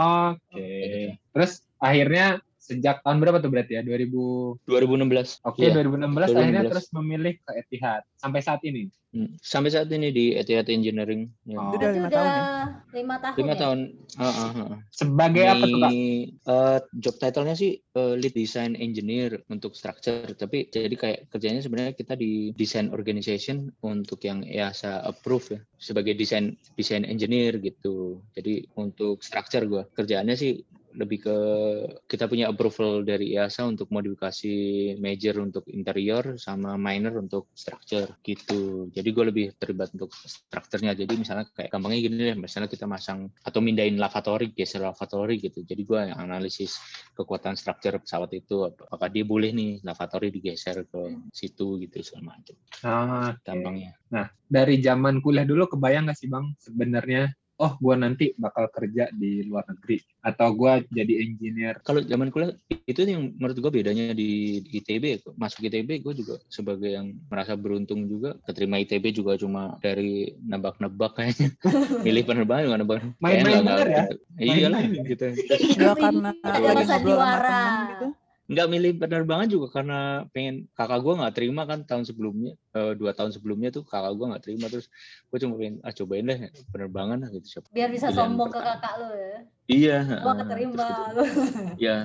C: Oke. Terus akhirnya sejak tahun berapa tuh berarti ya? dua ribu.
E: dua ribu enam belas.
C: Oke,
E: Iya.
C: dua ribu enam belas
E: dua ribu enam
C: akhirnya
E: belas.
C: terus memilih ke Etihad sampai saat ini.
E: Hmm. Sampai saat ini di Etihad Engineering. Ya.
C: Oh.
D: Itu udah
B: Itu
D: lima
B: udah
D: tahun ya.
B: lima tahun
E: Lima
B: ya?
E: tahun. Ah, ah, ah.
C: Sebagai apa tuh, Kak?
E: Ini, eh, job title-nya sih eh, lead design engineer untuk structure, tapi jadi kayak kerjanya sebenarnya kita di design organization untuk yang E A S A approve ya, sebagai design design engineer gitu. Jadi untuk structure gua kerjaannya sih lebih ke kita punya approval dari E A S A untuk modifikasi major untuk interior sama minor untuk structure gitu. Jadi gue lebih terlibat untuk strukturnya. Jadi misalnya kayak gampangnya gini deh, misalnya kita masang atau mindahin lavatory, geser lavatory gitu. Jadi gue yang analisis kekuatan struktur pesawat itu, apakah dia boleh nih lavatory digeser ke situ gitu segala macam.
C: Ah, oke.
E: Gampangnya.
C: Nah, dari zaman kuliah dulu kebayang nggak sih Bang sebenarnya, oh gue nanti bakal kerja di luar negeri atau gue jadi engineer?
E: Kalau zaman kuliah itu yang menurut gue bedanya di I T B. Masuk I T B gue juga sebagai yang merasa beruntung juga, keterima I T B juga cuma dari nebak-nebak kayaknya. Milih penerbangan juga nebak.
C: Main-main bener ya?
E: Iya lah
C: Main-main.
E: gitu.
D: Enggak karena
B: Ada
D: lagi
B: masa
D: ngobrol sama
B: juara.
D: temen gitu.
E: Nggak milih penerbangan juga karena pengen, kakak gue nggak terima kan tahun sebelumnya, eh, dua tahun sebelumnya tuh kakak gue nggak terima, terus gue cuma pengen ah cobain deh penerbangan lah gitu. Siapa
B: Biar bisa
E: pilihan
B: sombong ke
E: pertama.
B: kakak lo ya.
E: Iya.
B: Gua
E: heeh.
B: keterima
E: Terus
B: lo.
E: gitu. Ya,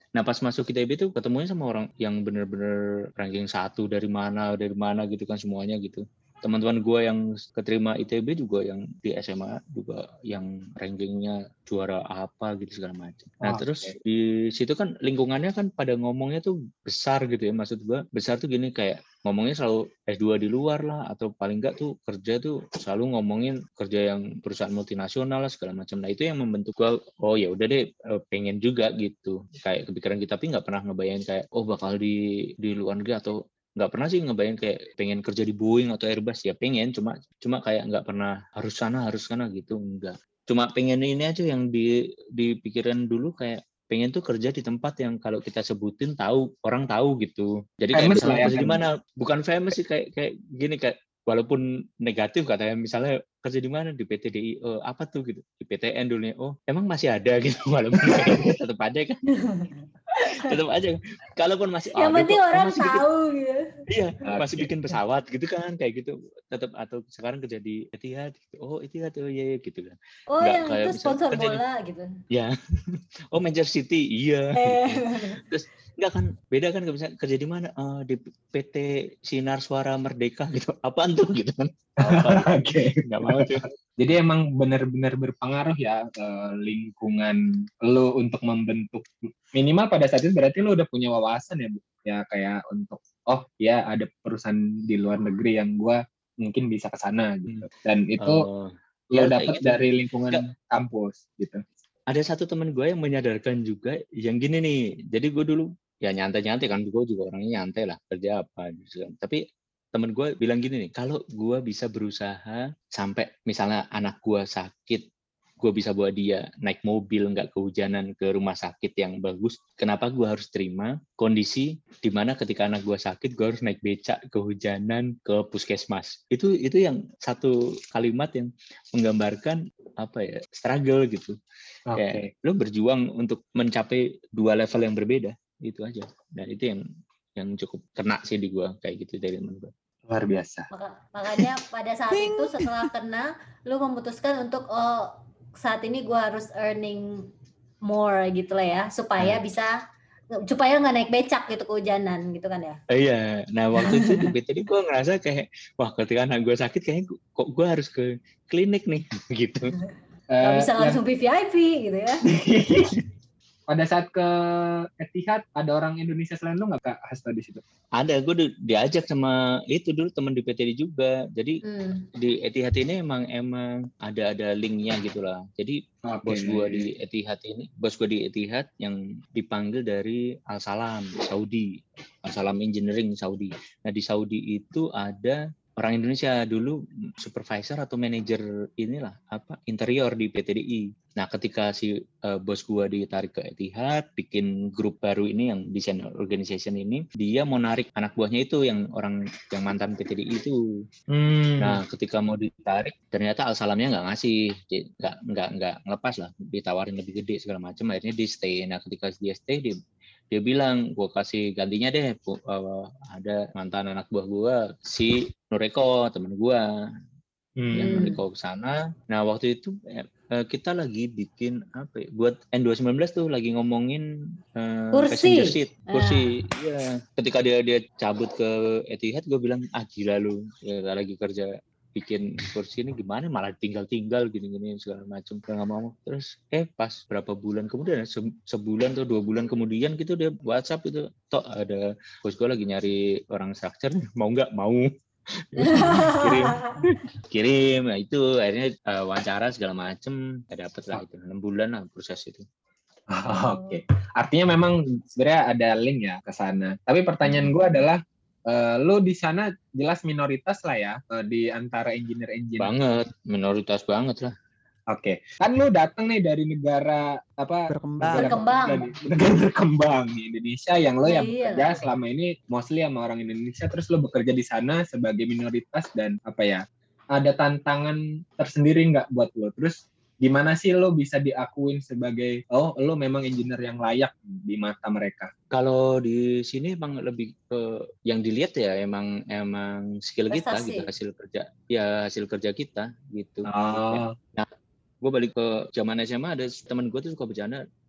E: Nah pas masuk I T B tuh ketemunya sama orang yang bener-bener ranking satu dari mana dari mana gitu kan semuanya gitu. Teman-teman gue yang keterima I T B juga yang di S M A juga yang rankingnya juara apa gitu segala macam. Nah
C: Oh,
E: terus
C: oke.
E: di situ kan lingkungannya kan pada ngomongnya tuh besar gitu ya, maksud gue besar tuh gini kayak ngomongnya selalu S dua di luar lah atau paling enggak tuh kerja tuh selalu ngomongin kerja yang perusahaan multinasional lah segala macam. Nah itu yang membentuk gue, oh ya udah deh pengen juga gitu kayak kepikiran kita tapi nggak pernah ngebayangin kayak oh bakal di di luar negeri atau nggak pernah sih ngebayang kayak pengen kerja di Boeing atau Airbus ya pengen cuma cuma kayak nggak pernah harus sana harus sana gitu enggak cuma pengen ini aja yang di di pikiran dulu kayak pengen tuh kerja di tempat yang kalau kita sebutin tahu orang tahu gitu jadi kayak
C: Famous lah
E: misalnya
C: ya
E: kerja di
C: kan.
E: mana bukan famous sih kayak kayak gini kayak walaupun negatif katanya misalnya kerja di mana di P T D I oh, apa tuh gitu di P T N dulu oh emang masih ada gitu walaupun tetap aja kan tetap aja kalaupun masih
B: Yang
E: ada
B: penting
E: kok oh,
B: orang
E: masih bikin
B: tahu gitu.
E: iya
C: Oke.
E: masih bikin pesawat gitu kan kayak gitu tetap atau sekarang kerja di Etihad gitu. Oh Etihad oh iya, iya gitu kan
B: Oh
E: nggak
B: yang
E: kayak
B: itu
E: bisa
B: sponsor
E: kerja di
B: bola gitu.
E: ya oh Manchester City iya
B: Eh.
E: gitu. Terus nggak kan beda kan nggak bisa kerja di mana Eh, di P T Sinar Suara Merdeka gitu apaan tuh gitu kan apa
C: Oke.
E: nggak mau tuh
C: Jadi emang benar-benar berpengaruh ya eh, lingkungan lo untuk membentuk minimal pada saat itu berarti lo udah punya wawasan ya Bu? Ya kayak untuk oh ya ada perusahaan di luar negeri yang gua mungkin bisa ke sana gitu. Dan itu
E: Oh,
C: lo
E: ya kayak
C: dapat
E: gitu
C: dari
E: nggak
C: lingkungan kampus gitu.
E: ada satu teman gue yang menyadarkan juga yang gini nih jadi gue dulu ya nyantai-nyantai kan gue juga orangnya nyantai lah kerja apa gitu kan tapi temen gue bilang gini nih kalau gue bisa berusaha sampai misalnya anak gue sakit gue bisa bawa dia naik mobil nggak kehujanan ke rumah sakit yang bagus kenapa gue harus terima kondisi di mana ketika anak gue sakit gue harus naik becak kehujanan ke puskesmas itu itu yang satu kalimat yang menggambarkan apa ya struggle gitu
C: Oke.
E: kayak lo berjuang untuk mencapai dua level yang berbeda itu aja dan itu yang yang cukup kena sih di gua kayak gitu dari temen gua
C: Luar biasa.
B: Maka, makanya pada saat
D: Ting.
B: itu setelah kena, lu memutuskan untuk oh saat ini gue harus earning more gitu lah ya supaya
E: Nah.
B: bisa supaya nggak naik becak gitu kehujanan gitu kan ya.
E: Eh, iya nah waktu itu di P T D gua ngerasa kayak wah ketika anak gua sakit kayaknya gua- kok gua harus ke klinik nih gitu
B: Nggak
C: Eh,
B: bisa
C: yang-
B: langsung V V I P gitu ya.
C: pada saat ke Etihad ada orang Indonesia selain lu nggak Kak Hasto di situ?
E: ada gua di- diajak sama itu dulu teman di P T D juga jadi
B: Hmm.
E: di Etihad ini emang emang ada ada linknya gitulah jadi bos gua di Etihad ini bos gua di Etihad yang dipanggil dari Al Salam Saudi Al Salam Engineering Saudi nah di Saudi itu ada orang Indonesia dulu supervisor atau manajer inilah apa interior di P T D I nah ketika si uh, bos gua ditarik ke Etihad bikin grup baru ini yang design organization ini dia mau narik anak buahnya itu yang orang yang mantan P T D I itu
C: Hmm.
E: nah ketika mau ditarik ternyata Al Salamnya nggak ngasih Di- nggak nggak nggak ngelepas lah ditawarin lebih gede segala macam akhirnya di stay nah ketika dia stay dia dia bilang gue kasih gantinya deh Bu, uh, ada mantan anak buah gue si Nureko teman gue
C: Hmm.
E: ya Nureko ke sana nah waktu itu eh, eh, kita lagi bikin apa ya buat N dua sembilan belas tuh lagi ngomongin eh,
B: Kursi.
E: passenger seat kursi ya ketika dia dia cabut ke Etihad gue bilang ah gila lu ya lagi kerja bikin kursi ini gimana malah tinggal-tinggal gini-gini segala macam gue nggak mau terus eh pas berapa bulan kemudian se- sebulan atau dua bulan kemudian gitu dia WhatsApp itu toh ada bos gue lagi nyari orang structure mau nggak mau kirim kirim nah itu akhirnya uh, wawancara segala macem ya dapet lah itu enam bulan lah proses itu.
C: Oh, Oke, artinya memang sebenarnya ada link ya ke sana. Tapi pertanyaan gue adalah, uh, lo di sana jelas minoritas lah ya uh, di antara engineer-engineer.
E: Banget, minoritas banget lah.
C: Oke, kan lo datang nih dari negara apa?
D: Berkembang.
C: Negara
B: Berkembang.
C: berkembang, negara berkembang di Indonesia yang lo
B: Nah,
C: yang
B: iya
C: bekerja
B: lah.
C: selama ini mostly sama orang Indonesia, terus lo bekerja di sana sebagai minoritas dan apa ya? Ada tantangan tersendiri nggak buat lo? Terus gimana sih lo bisa diakuin sebagai oh lo memang engineer yang layak di mata mereka?
E: Kalau di sini emang lebih ke yang dilihat ya emang emang skill kita
B: Prestasi.
E: gitu hasil kerja ya hasil kerja kita gitu.
C: Oh.
E: Gue balik ke zaman S M A ada teman gue tuh suka bercanda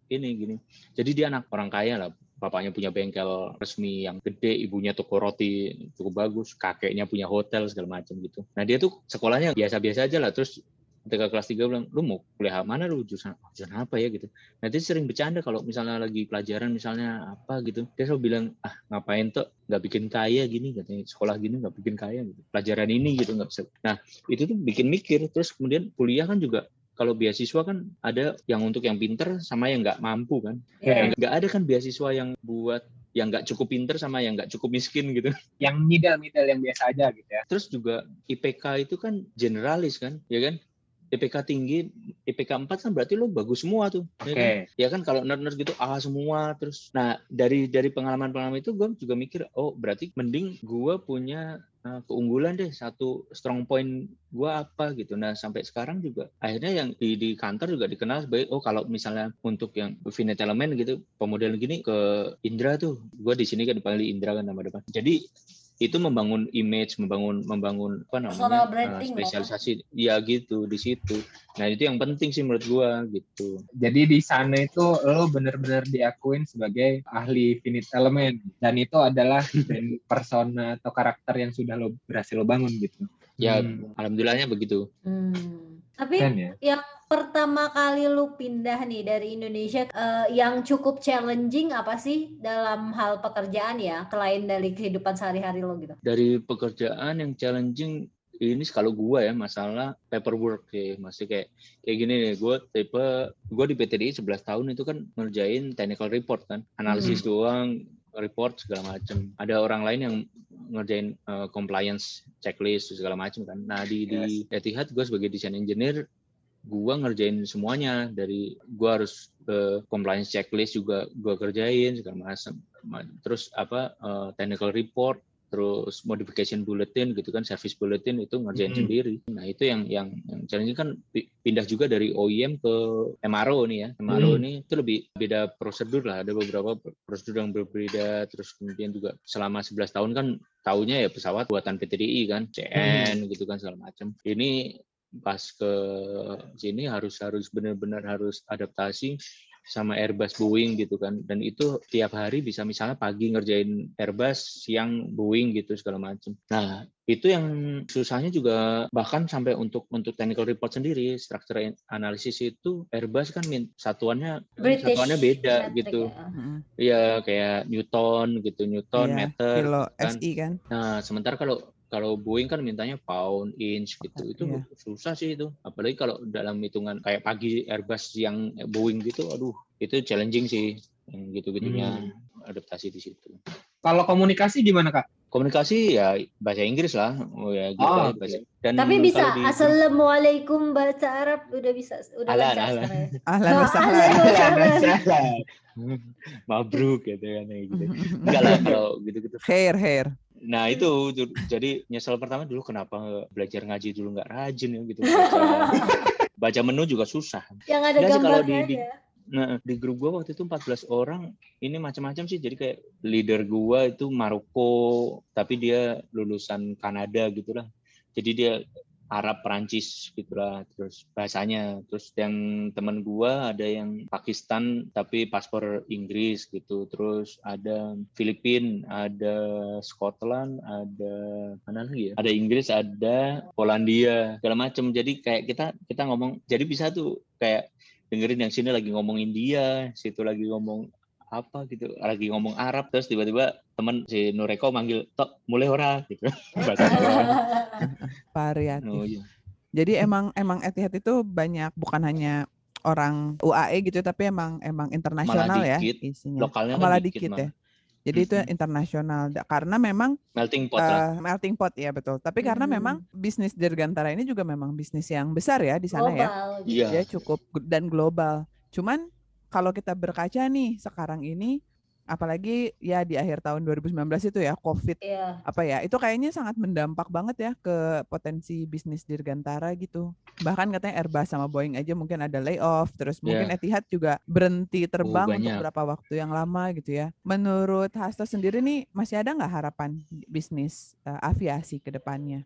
E: ini gini. Jadi dia anak orang kaya lah. Bapaknya punya bengkel resmi yang gede, ibunya toko roti cukup bagus, kakeknya punya hotel segala macam gitu. Nah dia tuh sekolahnya biasa-biasa aja lah. Terus ketika kelas tiga bilang, lu mau kuliah mana lu, jurusan, jurusan apa ya gitu. Nah dia sering bercanda kalau misalnya lagi pelajaran misalnya apa gitu. Dia selalu bilang, ah ngapain tuh nggak bikin kaya gini, katanya sekolah gini nggak bikin kaya gitu. Pelajaran ini gitu nggak bisa. Nah itu tuh bikin mikir. Terus kemudian kuliah kan juga, kalau beasiswa kan ada yang untuk yang pinter sama yang nggak mampu kan.
B: Iya.
E: Nggak ada kan beasiswa yang buat yang nggak cukup pinter sama yang nggak cukup miskin gitu.
C: Yang middle-middle yang biasa aja gitu ya.
E: Terus juga I P K itu kan generalis kan, ya kan? I P K tinggi, I P K empat kan berarti lo bagus semua tuh.
C: Oke.
E: Ya kan, ya kan kalau nerd-nerd gitu A semua terus. Nah, dari dari pengalaman-pengalaman itu gue juga mikir, oh berarti mending gue punya uh, keunggulan deh, satu strong point gue apa gitu. Nah, sampai sekarang juga akhirnya yang di, di kantor juga dikenal sebagai, oh kalau misalnya untuk yang finite element gitu, pemodel gini ke Indra tuh. Gue di sini kan dipanggil Indra kan nama depan. Jadi itu membangun image, membangun membangun apa namanya uh, spesialisasi, ya gitu di situ. Nah itu yang penting sih menurut gua gitu.
C: Jadi di sana itu lo benar-benar diakuin sebagai ahli finite element dan itu adalah persona atau karakter yang sudah lo berhasil lo bangun gitu.
E: Ya
C: hmm.
E: alhamdulillahnya begitu.
B: Hmm. Tapi
C: Kan ya?
B: yang pertama kali lu pindah nih dari Indonesia, uh, yang cukup challenging apa sih dalam hal pekerjaan ya, selain dari kehidupan sehari-hari lo gitu?
E: Dari pekerjaan yang challenging ini kalau gue ya masalah paperwork ya, masih kayak kayak gini nih, gue tipe gue di P T D I sebelas tahun itu kan ngerjain technical report kan, analisis hmm. doang, report segala macam. Ada orang lain yang ngerjain uh, compliance checklist segala macam kan. Nah di yes. di Etihad gue sebagai desain engineer, gue ngerjain semuanya, dari gue harus ke uh, compliance checklist juga gue kerjain segala macam. Terus apa uh, technical report, terus modification bulletin gitu kan, service bulletin itu ngerjain mm-hmm. sendiri. Nah itu yang yang yang challenging kan, pindah juga dari O E M ke M R O nih ya. M R O mm-hmm. ini itu lebih beda prosedur lah, ada beberapa prosedur yang berbeda. Terus kemudian juga selama sebelas tahun kan taunya ya pesawat buatan P T D I kan, C N mm-hmm. gitu kan segala macam. Ini pas ke sini harus harus benar-benar harus adaptasi sama Airbus Boeing gitu kan, dan itu tiap hari bisa misalnya pagi ngerjain Airbus, siang Boeing gitu segala macam. Nah itu yang susahnya juga, bahkan sampai untuk untuk technical report sendiri, structure analisis itu Airbus kan satuannya British satuannya beda gitu ya, ya kayak Newton gitu, Newton, yeah, meter
D: kilo
E: kan.
D: S I kan.
E: Nah sementara kalau Kalau Boeing kan mintanya pound, inch gitu, itu yeah. susah sih itu. Apalagi kalau dalam hitungan kayak pagi Airbus, siang Boeing gitu, aduh itu challenging sih, yang gitu-gitunya hmm. adaptasi di situ.
C: Kalau komunikasi gimana Kak?
E: Komunikasi ya bahasa Inggris lah, oh ya gitu.
C: Oh,
E: bahasa.
C: okay.
E: Dan
B: tapi bisa
E: di...
B: Assalamualaikum bahasa Arab udah bisa, udah lancar sekarang.
D: Ahlan wasahlan.
E: Mabruk gitu kan gitu. Enggak lah kalau gitu-gitu.
D: Khair, khair.
E: Nah itu jadi nyesel pertama dulu kenapa belajar ngaji dulu nggak rajin ya gitu, baca, baca menu juga susah.
B: Yang ada
E: Nggak
B: gambarnya
E: di,
B: aja.
E: Di, nah di grup gua waktu itu empat belas orang, ini macam-macam sih, jadi kayak leader gua itu Maroko tapi dia lulusan Kanada gitulah, jadi dia Arab Perancis gitulah, terus bahasanya. Terus yang teman gua ada yang Pakistan tapi paspor Inggris gitu, terus ada Filipina, ada Scotland, ada mana lagi ya, ada Inggris, ada Polandia segala macam. Jadi kayak kita kita ngomong, jadi bisa tuh kayak dengerin yang sini lagi ngomong India, situ lagi ngomong apa gitu, lagi ngomong Arab, terus tiba-tiba teman si Nureko manggil, tok mulai ora gitu. Bahasa
D: variatif.
E: Oh, iya.
D: Jadi emang emang Etihad itu banyak, bukan hanya orang U A E gitu, tapi emang emang internasional ya isinya.
E: Lokalnya
D: malah
E: kan
D: dikit, dikit
E: malah.
D: ya. Jadi mm-hmm. itu internasional karena memang
E: melting pot
D: uh,
E: lah.
D: melting pot ya betul. Tapi karena
B: mm-hmm.
D: memang bisnis Dirgantara ini juga memang bisnis yang besar ya di sana
B: global,
D: ya.
E: Iya.
D: Dia cukup dan global. Cuman kalau kita berkaca nih sekarang ini, apalagi ya di akhir tahun dua ribu sembilan belas itu ya, COVID,
B: yeah.
D: apa ya, itu kayaknya sangat mendampak banget ya ke potensi bisnis Dirgantara gitu. Bahkan katanya Airbus sama Boeing aja mungkin ada layoff, terus yeah. mungkin Etihad juga berhenti terbang oh, untuk beberapa waktu yang lama gitu ya. Menurut Hasto sendiri nih, masih ada nggak harapan bisnis uh, aviasi ke depannya?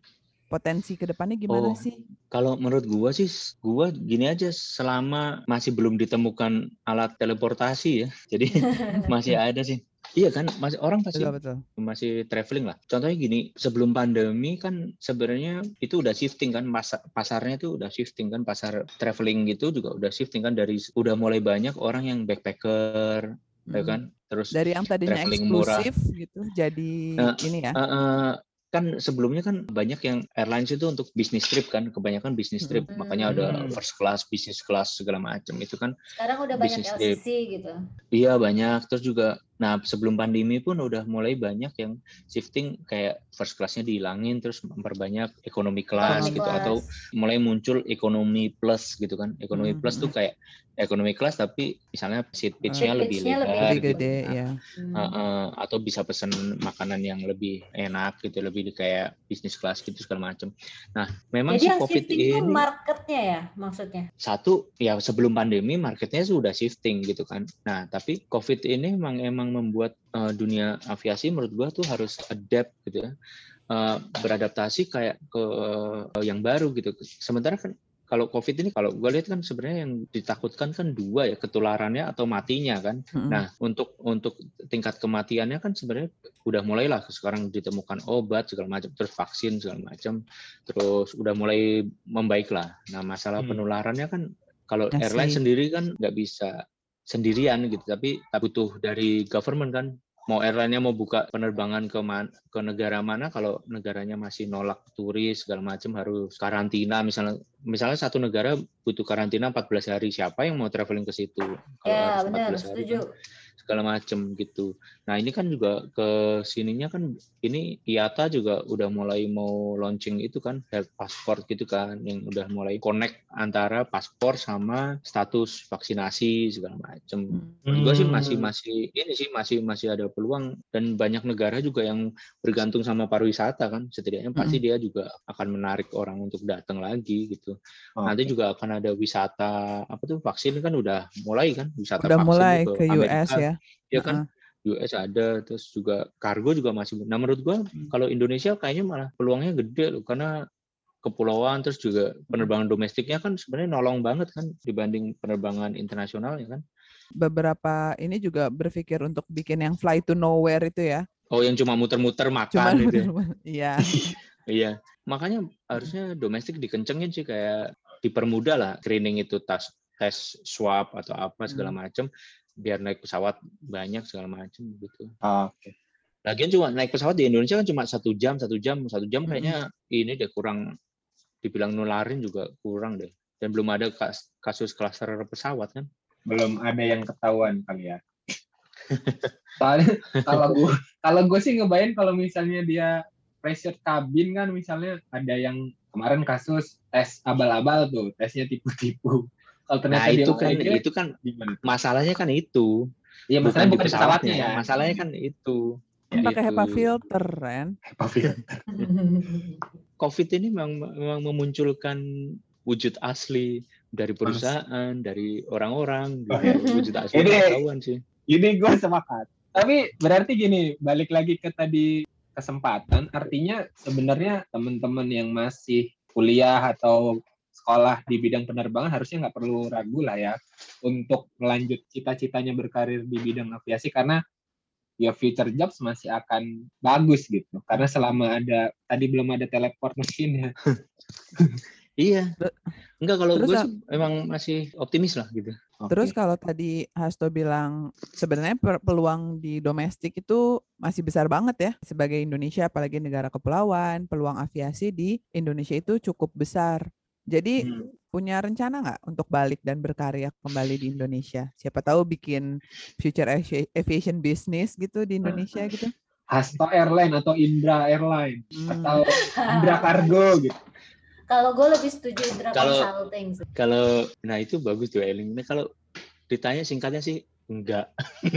D: potensi ke depannya gimana
E: Oh,
D: sih?
E: kalau menurut gua sih, gua gini aja, selama masih belum ditemukan alat teleportasi ya, jadi masih ada sih. Iya kan, masih orang pasti
D: Betul betul.
E: masih traveling lah. Contohnya gini, sebelum pandemi kan sebenarnya itu udah shifting kan, masa, pasarnya itu udah shifting kan, pasar traveling gitu juga udah shifting kan, dari udah mulai banyak orang yang backpacker, ya
D: Mm.
E: kan, terus
D: Dari yang tadinya
E: traveling murah.
D: eksklusif gitu jadi
E: Nah,
D: ini ya.
E: eh, eh, kan sebelumnya kan banyak yang airlines itu untuk bisnis trip kan, kebanyakan bisnis trip,
D: Mm.
E: makanya ada
C: Hmm.
E: first class, business class segala macam itu kan
B: Sekarang udah banyak
E: bisnis
B: L C
E: trip.
B: C gitu.
E: Iya banyak, terus juga, nah sebelum pandemi pun udah mulai banyak yang shifting kayak first class-nya dihilangin, terus memperbanyak economy class
B: Economy
E: gitu,
B: class.
E: atau mulai muncul economy plus gitu kan. Economy
D: Mm,
E: plus
D: mm,
E: tuh kayak economy class tapi misalnya seat
B: Seat
E: pitch-nya lebih
B: pitch-nya lebih
E: lebar
D: lebih
E: gitu.
D: gede
E: Nah,
D: ya.
B: Hmm.
E: Uh, uh, atau bisa pesen makanan yang lebih enak gitu, lebih di kayak bisnis kelas gitu segala macam. Nah, memang
B: Jadi
E: si
B: yang
E: COVID
B: shifting tuh
E: ini
B: marketnya ya maksudnya?
E: satu ya sebelum pandemi marketnya sudah shifting gitu kan. Nah, tapi COVID ini emang emang membuat uh, dunia aviasi menurut gua tuh harus adapt gitu ya. Uh, beradaptasi kayak ke uh, yang baru gitu. Sementara kan kalau COVID ini, kalau gue lihat kan sebenarnya yang ditakutkan kan dua ya, ketularannya atau matinya kan.
D: Mm-mm.
E: Nah, untuk untuk tingkat kematiannya kan sebenarnya udah mulailah sekarang ditemukan obat segala macam, terus vaksin segala macam, terus udah mulai membaik lah. Nah, masalah
C: Hmm.
E: penularannya kan kalau
D: Masih.
E: airline sendiri kan nggak bisa sendirian gitu, tapi butuh dari government kan. Mau airline-nya mau buka penerbangan ke man, ke negara mana, kalau negaranya masih nolak turis segala macam harus karantina, misalnya misalnya satu negara butuh karantina empat belas hari, siapa yang mau traveling ke situ kalau
B: Ya
E: harus
B: benar,
E: empat belas hari
B: setuju.
E: kan, segala macam gitu. Nah ini kan juga ke sininya kan, ini I A T A juga udah mulai mau launching itu kan, health passport gitu kan, yang udah mulai connect antara paspor sama status vaksinasi segala macam. Menurut gue sih masih masih ini sih masih masih ada peluang, dan banyak negara juga yang bergantung sama pariwisata kan, setidaknya pasti
D: Mm-mm.
E: dia juga akan menarik orang untuk datang lagi gitu.
C: Oke.
E: Nanti juga akan ada wisata apa tuh, vaksin kan udah mulai kan, wisata
D: Udah
E: vaksin
D: mulai
E: tuh
D: ke U S
E: Amerika,
D: ya.
E: ya kan.
D: Uh-uh.
E: U S ada, terus juga kargo juga masih. Nah menurut gua kalau Indonesia kayaknya malah peluangnya gede loh, karena kepulauan, terus juga penerbangan domestiknya kan sebenarnya nolong banget kan dibanding penerbangan internasional ya kan.
D: Beberapa ini juga berpikir untuk bikin yang fly to nowhere itu ya.
E: Oh yang cuma muter-muter makan
D: Cuman
E: itu.
D: bener-bener, iya.
E: Iya, makanya harusnya domestik dikencengin sih, kayak dipermudah lah screening itu, tes tes swab atau apa segala
D: Hmm.
E: macam, biar naik pesawat banyak segala macam gitu.
C: Oke.
E: Lagian cuma naik pesawat di Indonesia kan cuma satu jam, satu jam, satu jam
D: Mm-mm.
E: kayaknya ini deh kurang, dibilang nularin juga kurang deh. Dan belum ada kas- kasus klaster pesawat kan.
C: Belum ada yang ketahuan kali ya. Soalnya kalau gue kalau gue sih ngebayang kalau misalnya dia pressure kabin kan, misalnya ada yang kemarin kasus tes abal-abal tuh, tesnya tipu-tipu. Kalau ternyata
E: Nah
C: dia
E: itu
C: O
E: kan
C: T G,
E: itu kan
C: gimana?
E: masalahnya kan itu,
C: Iya,
E: bukan
C: masalahnya
E: di
C: bukan di
E: pesawatnya,
C: pesawatnya ya.
E: masalahnya kan itu.
D: Kan pakai
E: Gitu.
D: HEPA filter kan.
C: HEPA filter.
E: COVID ini memang, memang memunculkan wujud asli dari perusahaan, dari orang-orang,
C: Oh,
E: gitu.
C: ya.
E: Wujud asli
C: Ini-
E: ketahuan sih.
C: Ini gue sepakat. Tapi berarti gini, balik lagi ke tadi kesempatan, artinya sebenarnya teman-teman yang masih kuliah atau sekolah di bidang penerbangan harusnya nggak perlu ragu lah ya untuk melanjut cita-citanya berkarir di bidang aviasi, karena ya future jobs masih akan bagus gitu. Karena selama ada, tadi belum ada teleport mesin ya.
E: Iya.
D: Ter-
E: Enggak, kalau
D: terus
E: gue
D: a-
E: sih memang masih optimis lah gitu.
D: Terus
C: Oke.
D: kalau tadi Hasto bilang sebenarnya per- peluang di domestik itu masih besar banget ya. Sebagai Indonesia, apalagi negara kepulauan, peluang aviasi di Indonesia itu cukup besar. Jadi
C: Hmm.
D: punya rencana nggak untuk balik dan berkarya kembali di Indonesia? Siapa tahu bikin future avi- aviation business gitu di Indonesia gitu.
C: Hasto Airline atau Indra Airline
D: Hmm.
C: atau Indra Cargo gitu.
B: Kalau gue lebih setuju Indra
E: Kalau-
B: Consulting sih.
E: Kalau, nah itu bagus tuh Eling. Nah, kalau ditanya singkatnya sih enggak.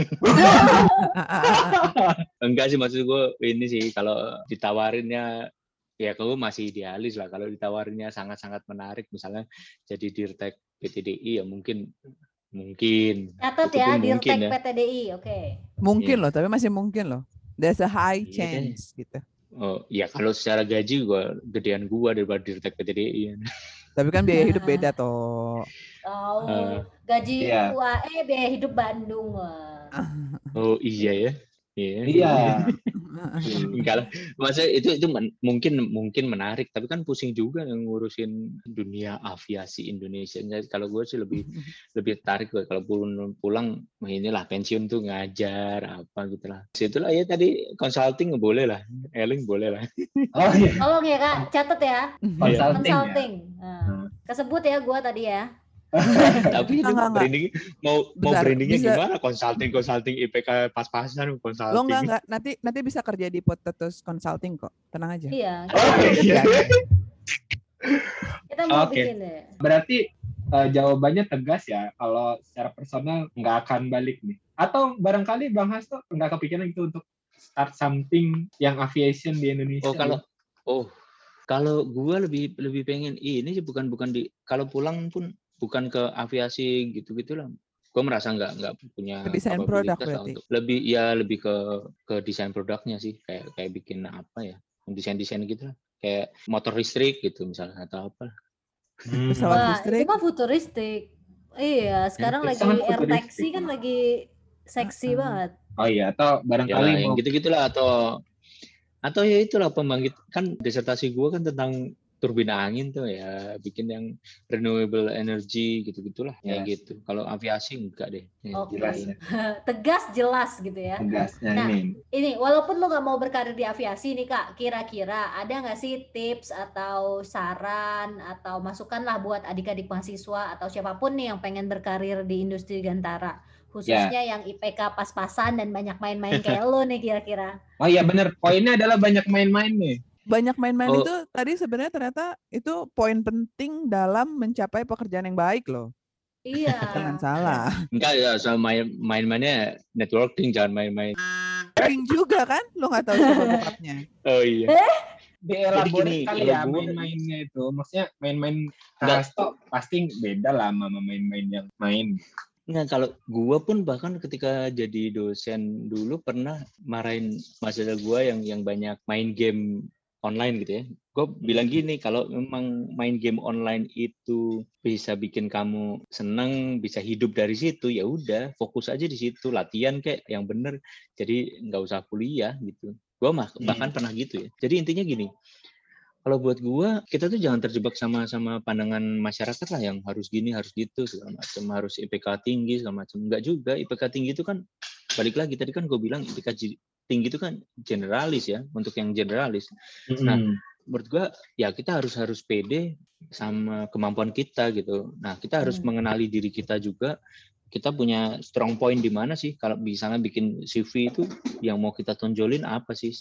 E: Enggak sih, maksud gue ini sih, kalau ditawarinnya ya gue masih idealis lah. Kalau ditawarinnya sangat-sangat menarik, misalnya jadi Dirtek P T D I ya mungkin mungkin.
B: Catat
E: Itu
B: ya,
E: pun mungkin
B: Dirtek
E: ya.
B: P T D I, oke.
D: Mungkin
E: Iya.
D: loh, tapi masih mungkin loh. There's a high
E: Iya deh.
D: chance gitu.
E: Oh, ya kalau secara gaji gua gedean gua daripada Dirtek P T D I.
D: Tapi kan biaya hidup beda toh.
B: Oh,
E: Uh,
B: gaji
C: iya.
B: U A E biaya hidup Bandung. Wah.
E: Oh iya ya. Iya.
C: Iya.
E: Enggak lah. Masa itu itu men, mungkin mungkin menarik, tapi kan pusing juga yang ngurusin dunia aviasi Indonesia. Jadi kalau gue sih lebih lebih tarik gue kalau pulang pulang inilah pensiun tuh ngajar apa gitulah. Situlah ya tadi consulting boleh lah, Eling boleh lah.
C: Oh iya.
B: Tolong ya Kak, catat ya.
C: Consulting.
B: Consulting.
C: Ya.
B: Nah, kesebut ya gue tadi ya.
E: Tapi itu
D: Enggak, enggak.
E: branding mau mau
D: Bentar,
E: brandingnya
D: bisa-
E: gimana? Consulting consulting I P K pas-pasan
D: Lo
E: consulting.
D: enggak enggak nanti nanti bisa kerja di Potatoes Consulting kok. Tenang aja.
B: Iya.
C: Oh, iya.
B: Kita mau
C: Oke.
B: bikin deh.
C: Berarti eh, jawabannya tegas ya, kalau secara personal nggak akan balik nih. Atau barangkali Bang Hasto nggak kepikiran gitu untuk start something yang aviation di Indonesia.
E: Oh kalau oh kalau gua lebih lebih pengen ini sih bukan bukan di kalau pulang pun bukan ke aviasi gitu-gitu lah. Gue merasa nggak nggak punya
D: Ke desain produk
E: kapabilitas lah
D: berarti.
E: untuk lebih ya lebih ke ke desain produknya sih kayak kayak bikin apa ya desain desain gitu lah kayak motor listrik gitu misalnya atau apa.
C: Hmm.
D: Pesawat
B: Wah,
D: listrik.
B: itu mah futuristik. Iya, sekarang
C: itu
B: lagi
C: sangat
B: air
C: futuristik.
B: taxi kan lagi seksi
D: Uh-uh.
B: banget.
C: Oh iya, atau
E: Ya
C: barangkali
E: lah, yang
C: mau
E: gitu-gitulah atau atau ya itulah pembangkit kan disertasi gue kan tentang turbina angin tuh ya bikin yang renewable energy gitu-gitulah kayak
C: Yes.
E: gitu. Kalau aviasi enggak deh. Ya,
B: Oke.
C: jelas ya.
B: Tegas jelas gitu ya.
C: Tegasnya
B: Nah,
C: ini.
B: Ini walaupun lo nggak mau berkarir di aviasi nih Kak, kira-kira ada nggak sih tips atau saran atau masukan lah buat adik-adik mahasiswa atau siapapun nih yang pengen berkarir di industri Gantara, khususnya yang I P K pas-pasan dan banyak main-main kayak lo nih kira-kira.
C: Oh iya benar, poinnya adalah banyak main-main nih.
D: Banyak main-main
E: Oh.
D: itu tadi sebenarnya ternyata itu poin penting dalam mencapai pekerjaan yang baik loh.
B: Iya.
D: Jangan salah.
E: Enggak ya, soal main main-mainnya networking, jangan main-main.
D: Ring juga kan? Lo nggak tahu siapa bokapnya.
E: Oh iya.
C: Dielaborat
E: gini,
C: kali
E: kalau
C: ya
E: gua-
C: main-mainnya itu. Maksudnya main-main
E: Nggak.
C: Hasto pasti beda lah sama main-main yang main.
E: Enggak, kalau gua pun bahkan ketika jadi dosen dulu pernah marahin mahasiswa gua yang yang banyak main game online gitu ya. Gue bilang gini, kalau memang main game online itu bisa bikin kamu seneng, bisa hidup dari situ, ya udah fokus aja di situ, latihan kayak yang bener. Jadi nggak usah kuliah gitu. Gue mah bahkan pernah gitu ya. Jadi intinya gini, kalau buat gue kita tuh jangan terjebak sama sama pandangan masyarakat lah yang harus gini harus gitu segala macam, harus I P K tinggi segala macam. Enggak juga, I P K tinggi itu kan balik lagi tadi kan gue bilang I P K tinggi itu kan generalis ya, untuk yang generalis. Nah, menurut gue ya kita harus harus pede sama kemampuan kita gitu. Nah, kita harus
B: Hmm.
E: mengenali diri kita juga. Kita punya strong point di mana sih? Kalau misalnya bikin C V itu yang mau kita tonjolin apa sih?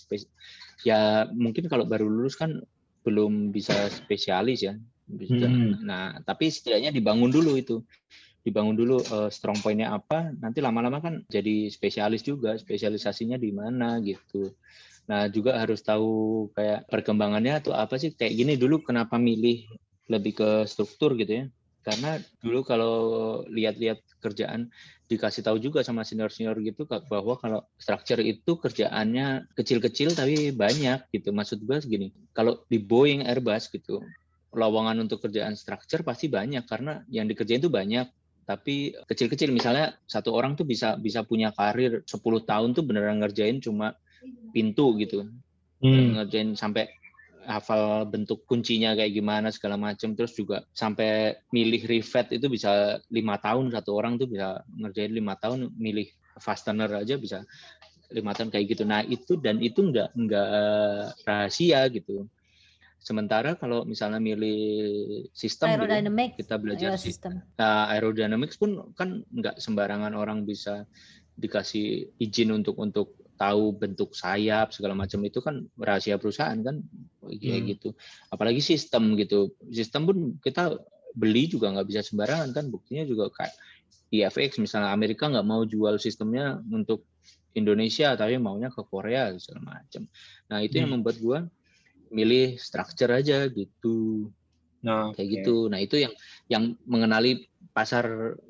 E: Ya mungkin kalau baru lulus kan belum bisa spesialis ya. Bisa.
C: Hmm.
E: Nah, tapi setidaknya dibangun dulu itu. Dibangun dulu uh, strong point-nya apa, nanti lama-lama kan jadi spesialis juga, spesialisasinya di mana gitu. Nah, juga harus tahu kayak perkembangannya atau apa sih, kayak gini dulu kenapa milih lebih ke struktur gitu ya. Karena dulu kalau lihat-lihat kerjaan dikasih tahu juga sama senior-senior gitu bahwa kalau structure itu kerjaannya kecil-kecil tapi banyak gitu. Maksud gue segini, kalau di Boeing Airbus gitu, lowongan untuk kerjaan structure pasti banyak karena yang dikerjain itu banyak. Tapi kecil-kecil misalnya satu orang tuh bisa bisa punya karir sepuluh tahun tuh beneran ngerjain cuma pintu gitu. Hmm. Ngerjain sampai hafal bentuk kuncinya kayak gimana segala macam, terus juga sampai milih rivet itu bisa lima tahun, satu orang tuh bisa ngerjain lima tahun, milih fastener aja bisa lima tahun kayak gitu. Nah, itu dan itu enggak enggak rahasia gitu. Sementara kalau misalnya milih sistem
B: aerodynamics,
E: gitu, kita belajar
B: ya, sistem.
E: Nah, aerodynamics pun kan nggak sembarangan orang bisa dikasih izin untuk untuk tahu bentuk sayap segala macam, itu kan rahasia perusahaan kan kayak hmm. gitu. Apalagi sistem gitu. Sistem pun kita beli juga nggak bisa sembarangan kan, buktinya juga kayak I F X misalnya Amerika nggak mau jual sistemnya untuk Indonesia tapi maunya ke Korea segala macam. Nah, itu hmm. yang membuat gua milih structure aja gitu. Nah, kayak okay. gitu. Nah, itu yang yang mengenali pasar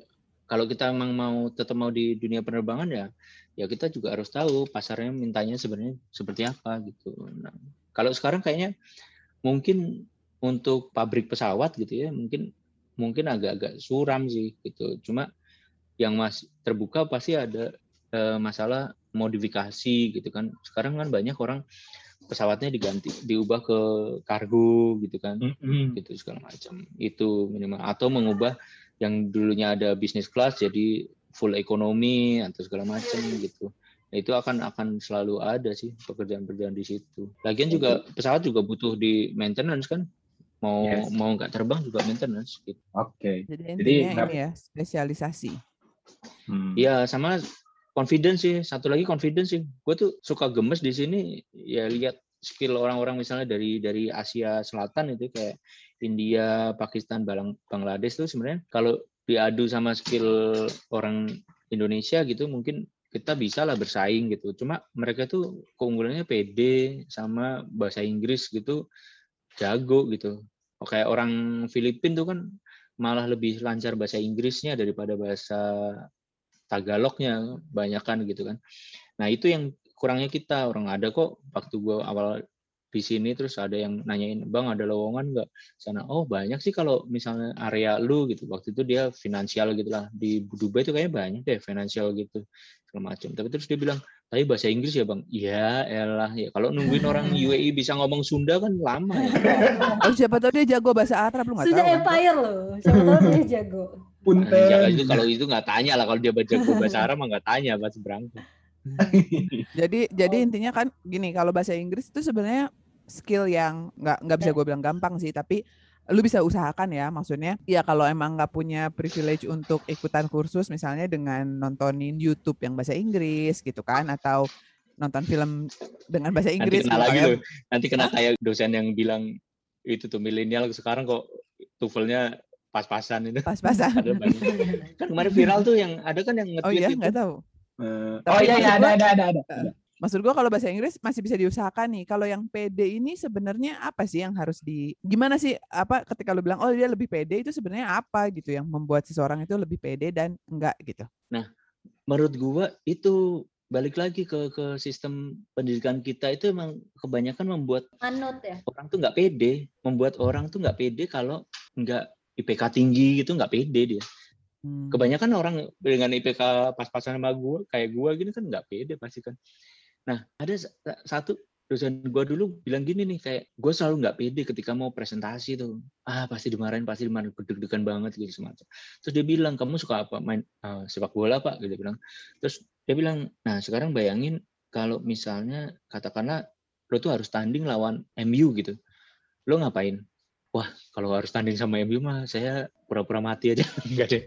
E: kalau kita memang mau tetap mau di dunia penerbangan ya, ya kita juga harus tahu pasarnya mintanya sebenarnya seperti apa gitu. Nah, kalau sekarang kayaknya mungkin untuk pabrik pesawat gitu ya, mungkin mungkin agak-agak suram sih gitu. Cuma yang masih terbuka pasti ada eh, masalah modifikasi gitu kan. Sekarang kan banyak orang pesawatnya diganti, diubah ke kargo gitu kan, mm-hmm. gitu segala macam. Itu minimal, atau mengubah yang dulunya ada bisnis kelas jadi full ekonomi atau segala macam gitu. Nah, itu akan akan selalu ada sih pekerjaan-pekerjaan di situ. Lagian juga pesawat juga butuh di maintenance kan, mau yes. mau nggak terbang juga maintenance. Gitu.
C: Oke. Okay.
D: Jadi intinya Jadi, ini ya spesialisasi.
E: Iya hmm. sama confidence sih. Satu lagi confidence sih. Gue tuh suka gemes di sini ya lihat skill orang-orang misalnya dari dari Asia Selatan itu kayak India, Pakistan, Bangladesh tuh sebenarnya kalau diadu sama skill orang Indonesia gitu mungkin kita bisa lah bersaing gitu. Cuma mereka tuh keunggulannya P D sama bahasa Inggris gitu jago gitu. Kayak orang Filipina tuh kan malah lebih lancar bahasa Inggrisnya daripada bahasa Tagalognya banyakan gitu kan. Nah itu yang kurangnya kita. Orang ada kok waktu gue awal di sini terus ada yang nanyain, bang ada lowongan nggak sana? Oh banyak sih kalau misalnya area lu gitu. Waktu itu dia finansial gitulah di Dubai itu kayaknya banyak deh finansial gitu segala macam. Tapi terus dia bilang, tapi bahasa Inggris ya bang? Iya elah ya. Kalau nungguin orang U A E bisa ngomong Sunda kan lama ya.
D: Oh siapa tahu dia jago bahasa Arab lu nggak tahu.
B: Sudah empire loh. Siapa tahu dia jago.
E: Punten. Nah, itu kalau itu nggak tanya lah, kalau dia jago bahasa Arab mah nggak tanya pas berangkat.
D: jadi jadi intinya kan gini, kalau bahasa Inggris itu sebenarnya skill yang nggak nggak bisa gue bilang gampang sih, tapi lu bisa usahakan ya. Maksudnya ya kalau emang nggak punya privilege untuk ikutan kursus misalnya dengan nontonin YouTube yang bahasa Inggris gitu kan, atau nonton film dengan bahasa Inggris.
E: Nanti kena lagi tuh, nanti kena kayak dosen yang bilang itu tuh milenial sekarang kok TOEFL-nya pas-pasan itu.
D: Pas-pasan.
E: Kan kemarin viral tuh yang ada kan yang nge-tweet
D: oh iya,
E: itu.
D: nggak tahu.
C: Uh, oh iya, iya ada, ada, ada, ada. Uh,
D: maksud gue kalau bahasa Inggris masih bisa diusahakan nih. Kalau yang P D ini sebenarnya apa sih yang harus di... Gimana sih, apa ketika lu bilang, oh dia lebih pede, itu sebenarnya apa gitu yang membuat seseorang itu lebih pede dan enggak gitu?
E: Nah, menurut gue itu balik lagi ke ke sistem pendidikan kita itu emang kebanyakan membuat
B: Anut, ya?
E: orang tuh nggak pede. Membuat orang tuh nggak pede kalau nggak I P K tinggi gitu, nggak pede dia. Hmm. Kebanyakan orang dengan I P K pas-pasan sama gue, kayak gue gini kan nggak pede pasti kan. Nah, ada satu dosen gue dulu bilang gini nih, kayak gue selalu nggak pede ketika mau presentasi tuh. Ah, pasti dimarahin, pasti dimarahin, deg-degan banget gitu semacam. Terus dia bilang, kamu suka apa? Main uh, sepak bola, Pak? Gitu bilang. Terus dia bilang, nah sekarang bayangin kalau misalnya katakanlah lo tuh harus tanding lawan M U gitu. Lo ngapain? Wah, kalau harus tanding sama M U mah saya pura-pura mati aja. Enggak deh.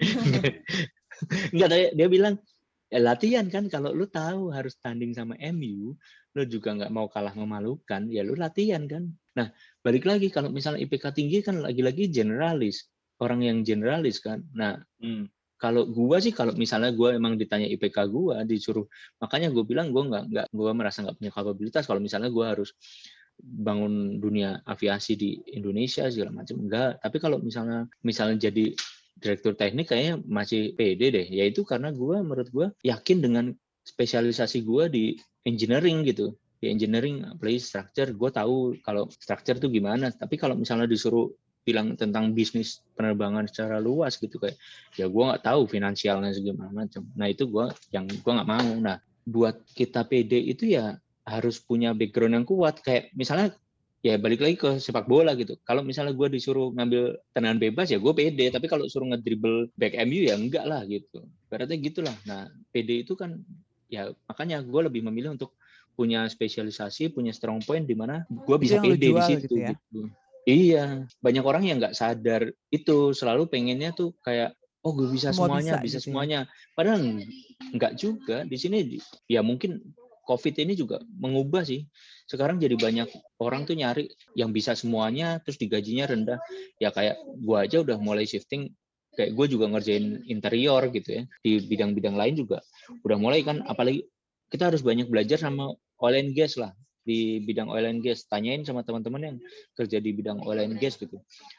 E: Enggak, dia, dia bilang, ya latihan kan, kalau lu tahu harus tanding sama M U, lu juga nggak mau kalah memalukan, ya lu latihan kan. Nah, balik lagi kalau misalnya I P K tinggi kan lagi-lagi generalis, orang yang generalis kan. Nah, hmm, kalau gua sih, kalau misalnya gua emang ditanya I P K gua, disuruh, makanya gua bilang gua nggak nggak gua merasa nggak punya kapabilitas kalau misalnya gua harus bangun dunia aviasi di Indonesia segala macam, enggak. Tapi kalau misalnya misalnya jadi direktur teknik kayaknya masih pede deh. Yaitu karena gue menurut gue yakin dengan spesialisasi gue di engineering gitu. Di engineering apalagi structure, gue tahu kalau structure tuh gimana. Tapi kalau misalnya disuruh bilang tentang bisnis penerbangan secara luas gitu, kayak ya gue nggak tahu finansialnya segala macam. Nah itu gue yang gue nggak mau. Nah buat kita pede itu ya harus punya background yang kuat. Kayak misalnya ya balik lagi ke sepak bola gitu. Kalau misalnya gue disuruh ngambil tendangan bebas ya gue pede. Tapi kalau suruh ngedribble back M U ya enggak lah gitu. Berarti gitulah. Nah pede itu kan ya makanya gue lebih memilih untuk punya spesialisasi, punya strong point di mana gue bisa pede di situ gitu, ya? Gitu. Iya, banyak orang yang nggak sadar itu, selalu pengennya tuh kayak oh gue bisa Semua semuanya, bisa, bisa gitu semuanya. Ya? Padahal enggak juga. Di sini ya mungkin COVID ini juga mengubah sih. Sekarang jadi banyak orang tuh nyari yang bisa semuanya, terus digajinya rendah. Ya kayak gue aja udah mulai shifting, kayak gue juga ngerjain interior gitu ya. Di bidang-bidang lain juga udah mulai kan, apalagi kita harus banyak belajar sama oil and gas lah. Di bidang oil and gas, tanyain sama teman-teman yang kerja di bidang oil and gas gitu.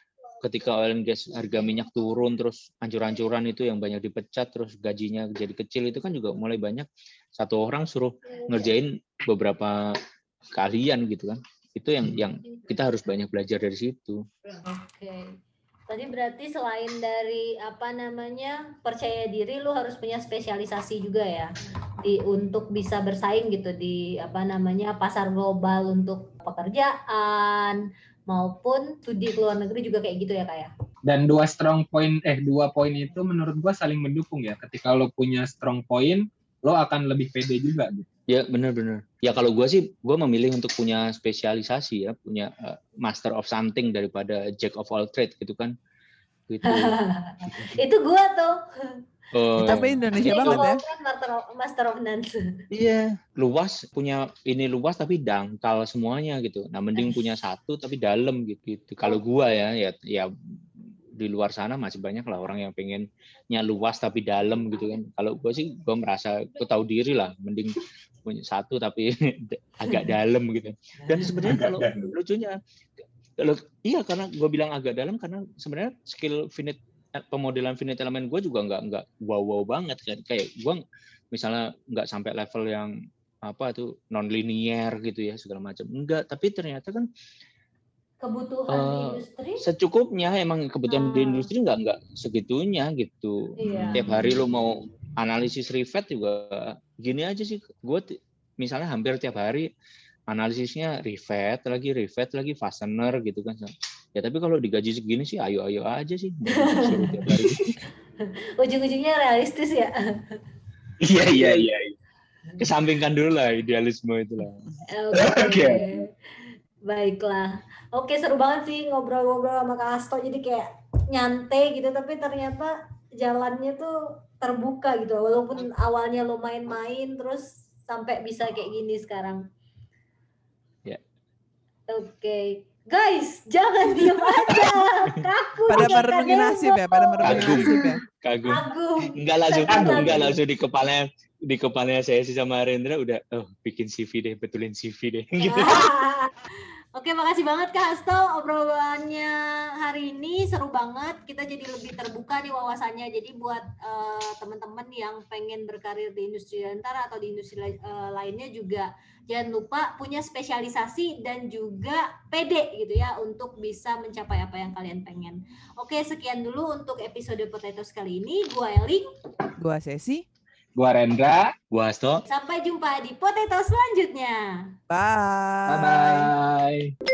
E: ketika oil and gas harga minyak turun terus ancur-ancuran itu yang banyak dipecat terus gajinya jadi kecil itu kan juga mulai banyak satu orang suruh ngerjain beberapa kalian gitu kan. Itu yang yang kita harus banyak belajar dari situ.
B: Oke. Tadi berarti selain dari apa namanya percaya diri, lu harus punya spesialisasi juga ya di untuk bisa bersaing gitu di apa namanya pasar global untuk pekerjaan maupun studi ke luar negeri juga kayak gitu ya Kak ya.
C: Dan dua strong point eh dua poin itu menurut gua saling mendukung ya. Ketika lo punya strong point, lo akan lebih pede juga gitu.
E: Ya benar-benar. Ya kalau gue sih, gue memilih untuk punya spesialisasi ya, punya uh, master of something daripada jack of all trade gitu kan. Gitu.
B: Itu gue tuh.
E: Oh,
D: tapi Indonesia
B: Jack
D: banget
B: of
D: ya.
B: all trade, master of, master of none.
E: Iya, luas, punya ini luas tapi dangkal semuanya gitu. Nah mending punya satu tapi dalam gitu. gitu. Kalau gue ya, ya, ya di luar sana masih banyak lah orang yang pengennya luas tapi dalam gitu kan. Kalau gue sih, gue merasa, gue tahu diri lah, mending punya satu tapi agak dalam gitu. Dan sebenarnya kalau lucunya, kalau iya karena gue bilang agak dalam karena sebenarnya skill finite pemodelan finite element gue juga nggak nggak wow wow banget kan. Kayak gue misalnya nggak sampai level yang apa tuh non linear gitu ya segala macam. Enggak, tapi ternyata kan
B: kebutuhan
E: uh,
B: di industri
E: secukupnya emang kebutuhan
B: ah.
E: di industri nggak nggak segitunya gitu.
B: Iya.
E: Tiap hari lo mau analisis rivet juga gini aja sih. Gue t- misalnya hampir tiap hari analisisnya rivet lagi rivet lagi fastener gitu kan. Ya tapi kalau digaji segini sih ayo-ayo aja sih. Suruh tiap hari.
B: Ujung-ujungnya realistis ya.
C: Iya iya iya.
E: Kesampingkan dulu lah idealisme itu lah.
B: Oke. Okay. Baiklah. Oke, seru banget sih ngobrol-ngobrol sama Kak Hasto. Jadi kayak nyantai gitu, tapi ternyata jalannya tuh terbuka gitu. Walaupun awalnya lo main-main, terus sampai bisa kayak gini sekarang.
E: Ya.
B: Oke. Guys, jangan diam aja. Kaku
D: pada
B: nih
D: merenungi nasib ya, pada merenungi
E: Kagum.
D: nasib ya.
E: Kagum.
B: Kagum.
E: Enggak langsung
B: Kagum.
E: enggak langsung di kepala di kepalanya saya sih sama Rendra udah oh bikin C V deh, betulin C V deh gitu.
B: Oke, makasih banget Kak Hasto, obrolannya hari ini seru banget. Kita jadi lebih terbuka nih wawasannya. Jadi buat uh, teman-teman yang pengen berkarir di industri dirgantara atau di industri uh, lainnya juga jangan lupa punya spesialisasi dan juga pede gitu ya untuk bisa mencapai apa yang kalian pengen. Oke, sekian dulu untuk episode Potatoes kali ini. Gua Eling,
D: Gua Sesi,
C: Gua Rendra.
E: Gua Hasto.
B: sampai jumpa di Potatoes selanjutnya.
D: bye.
C: Bye bye.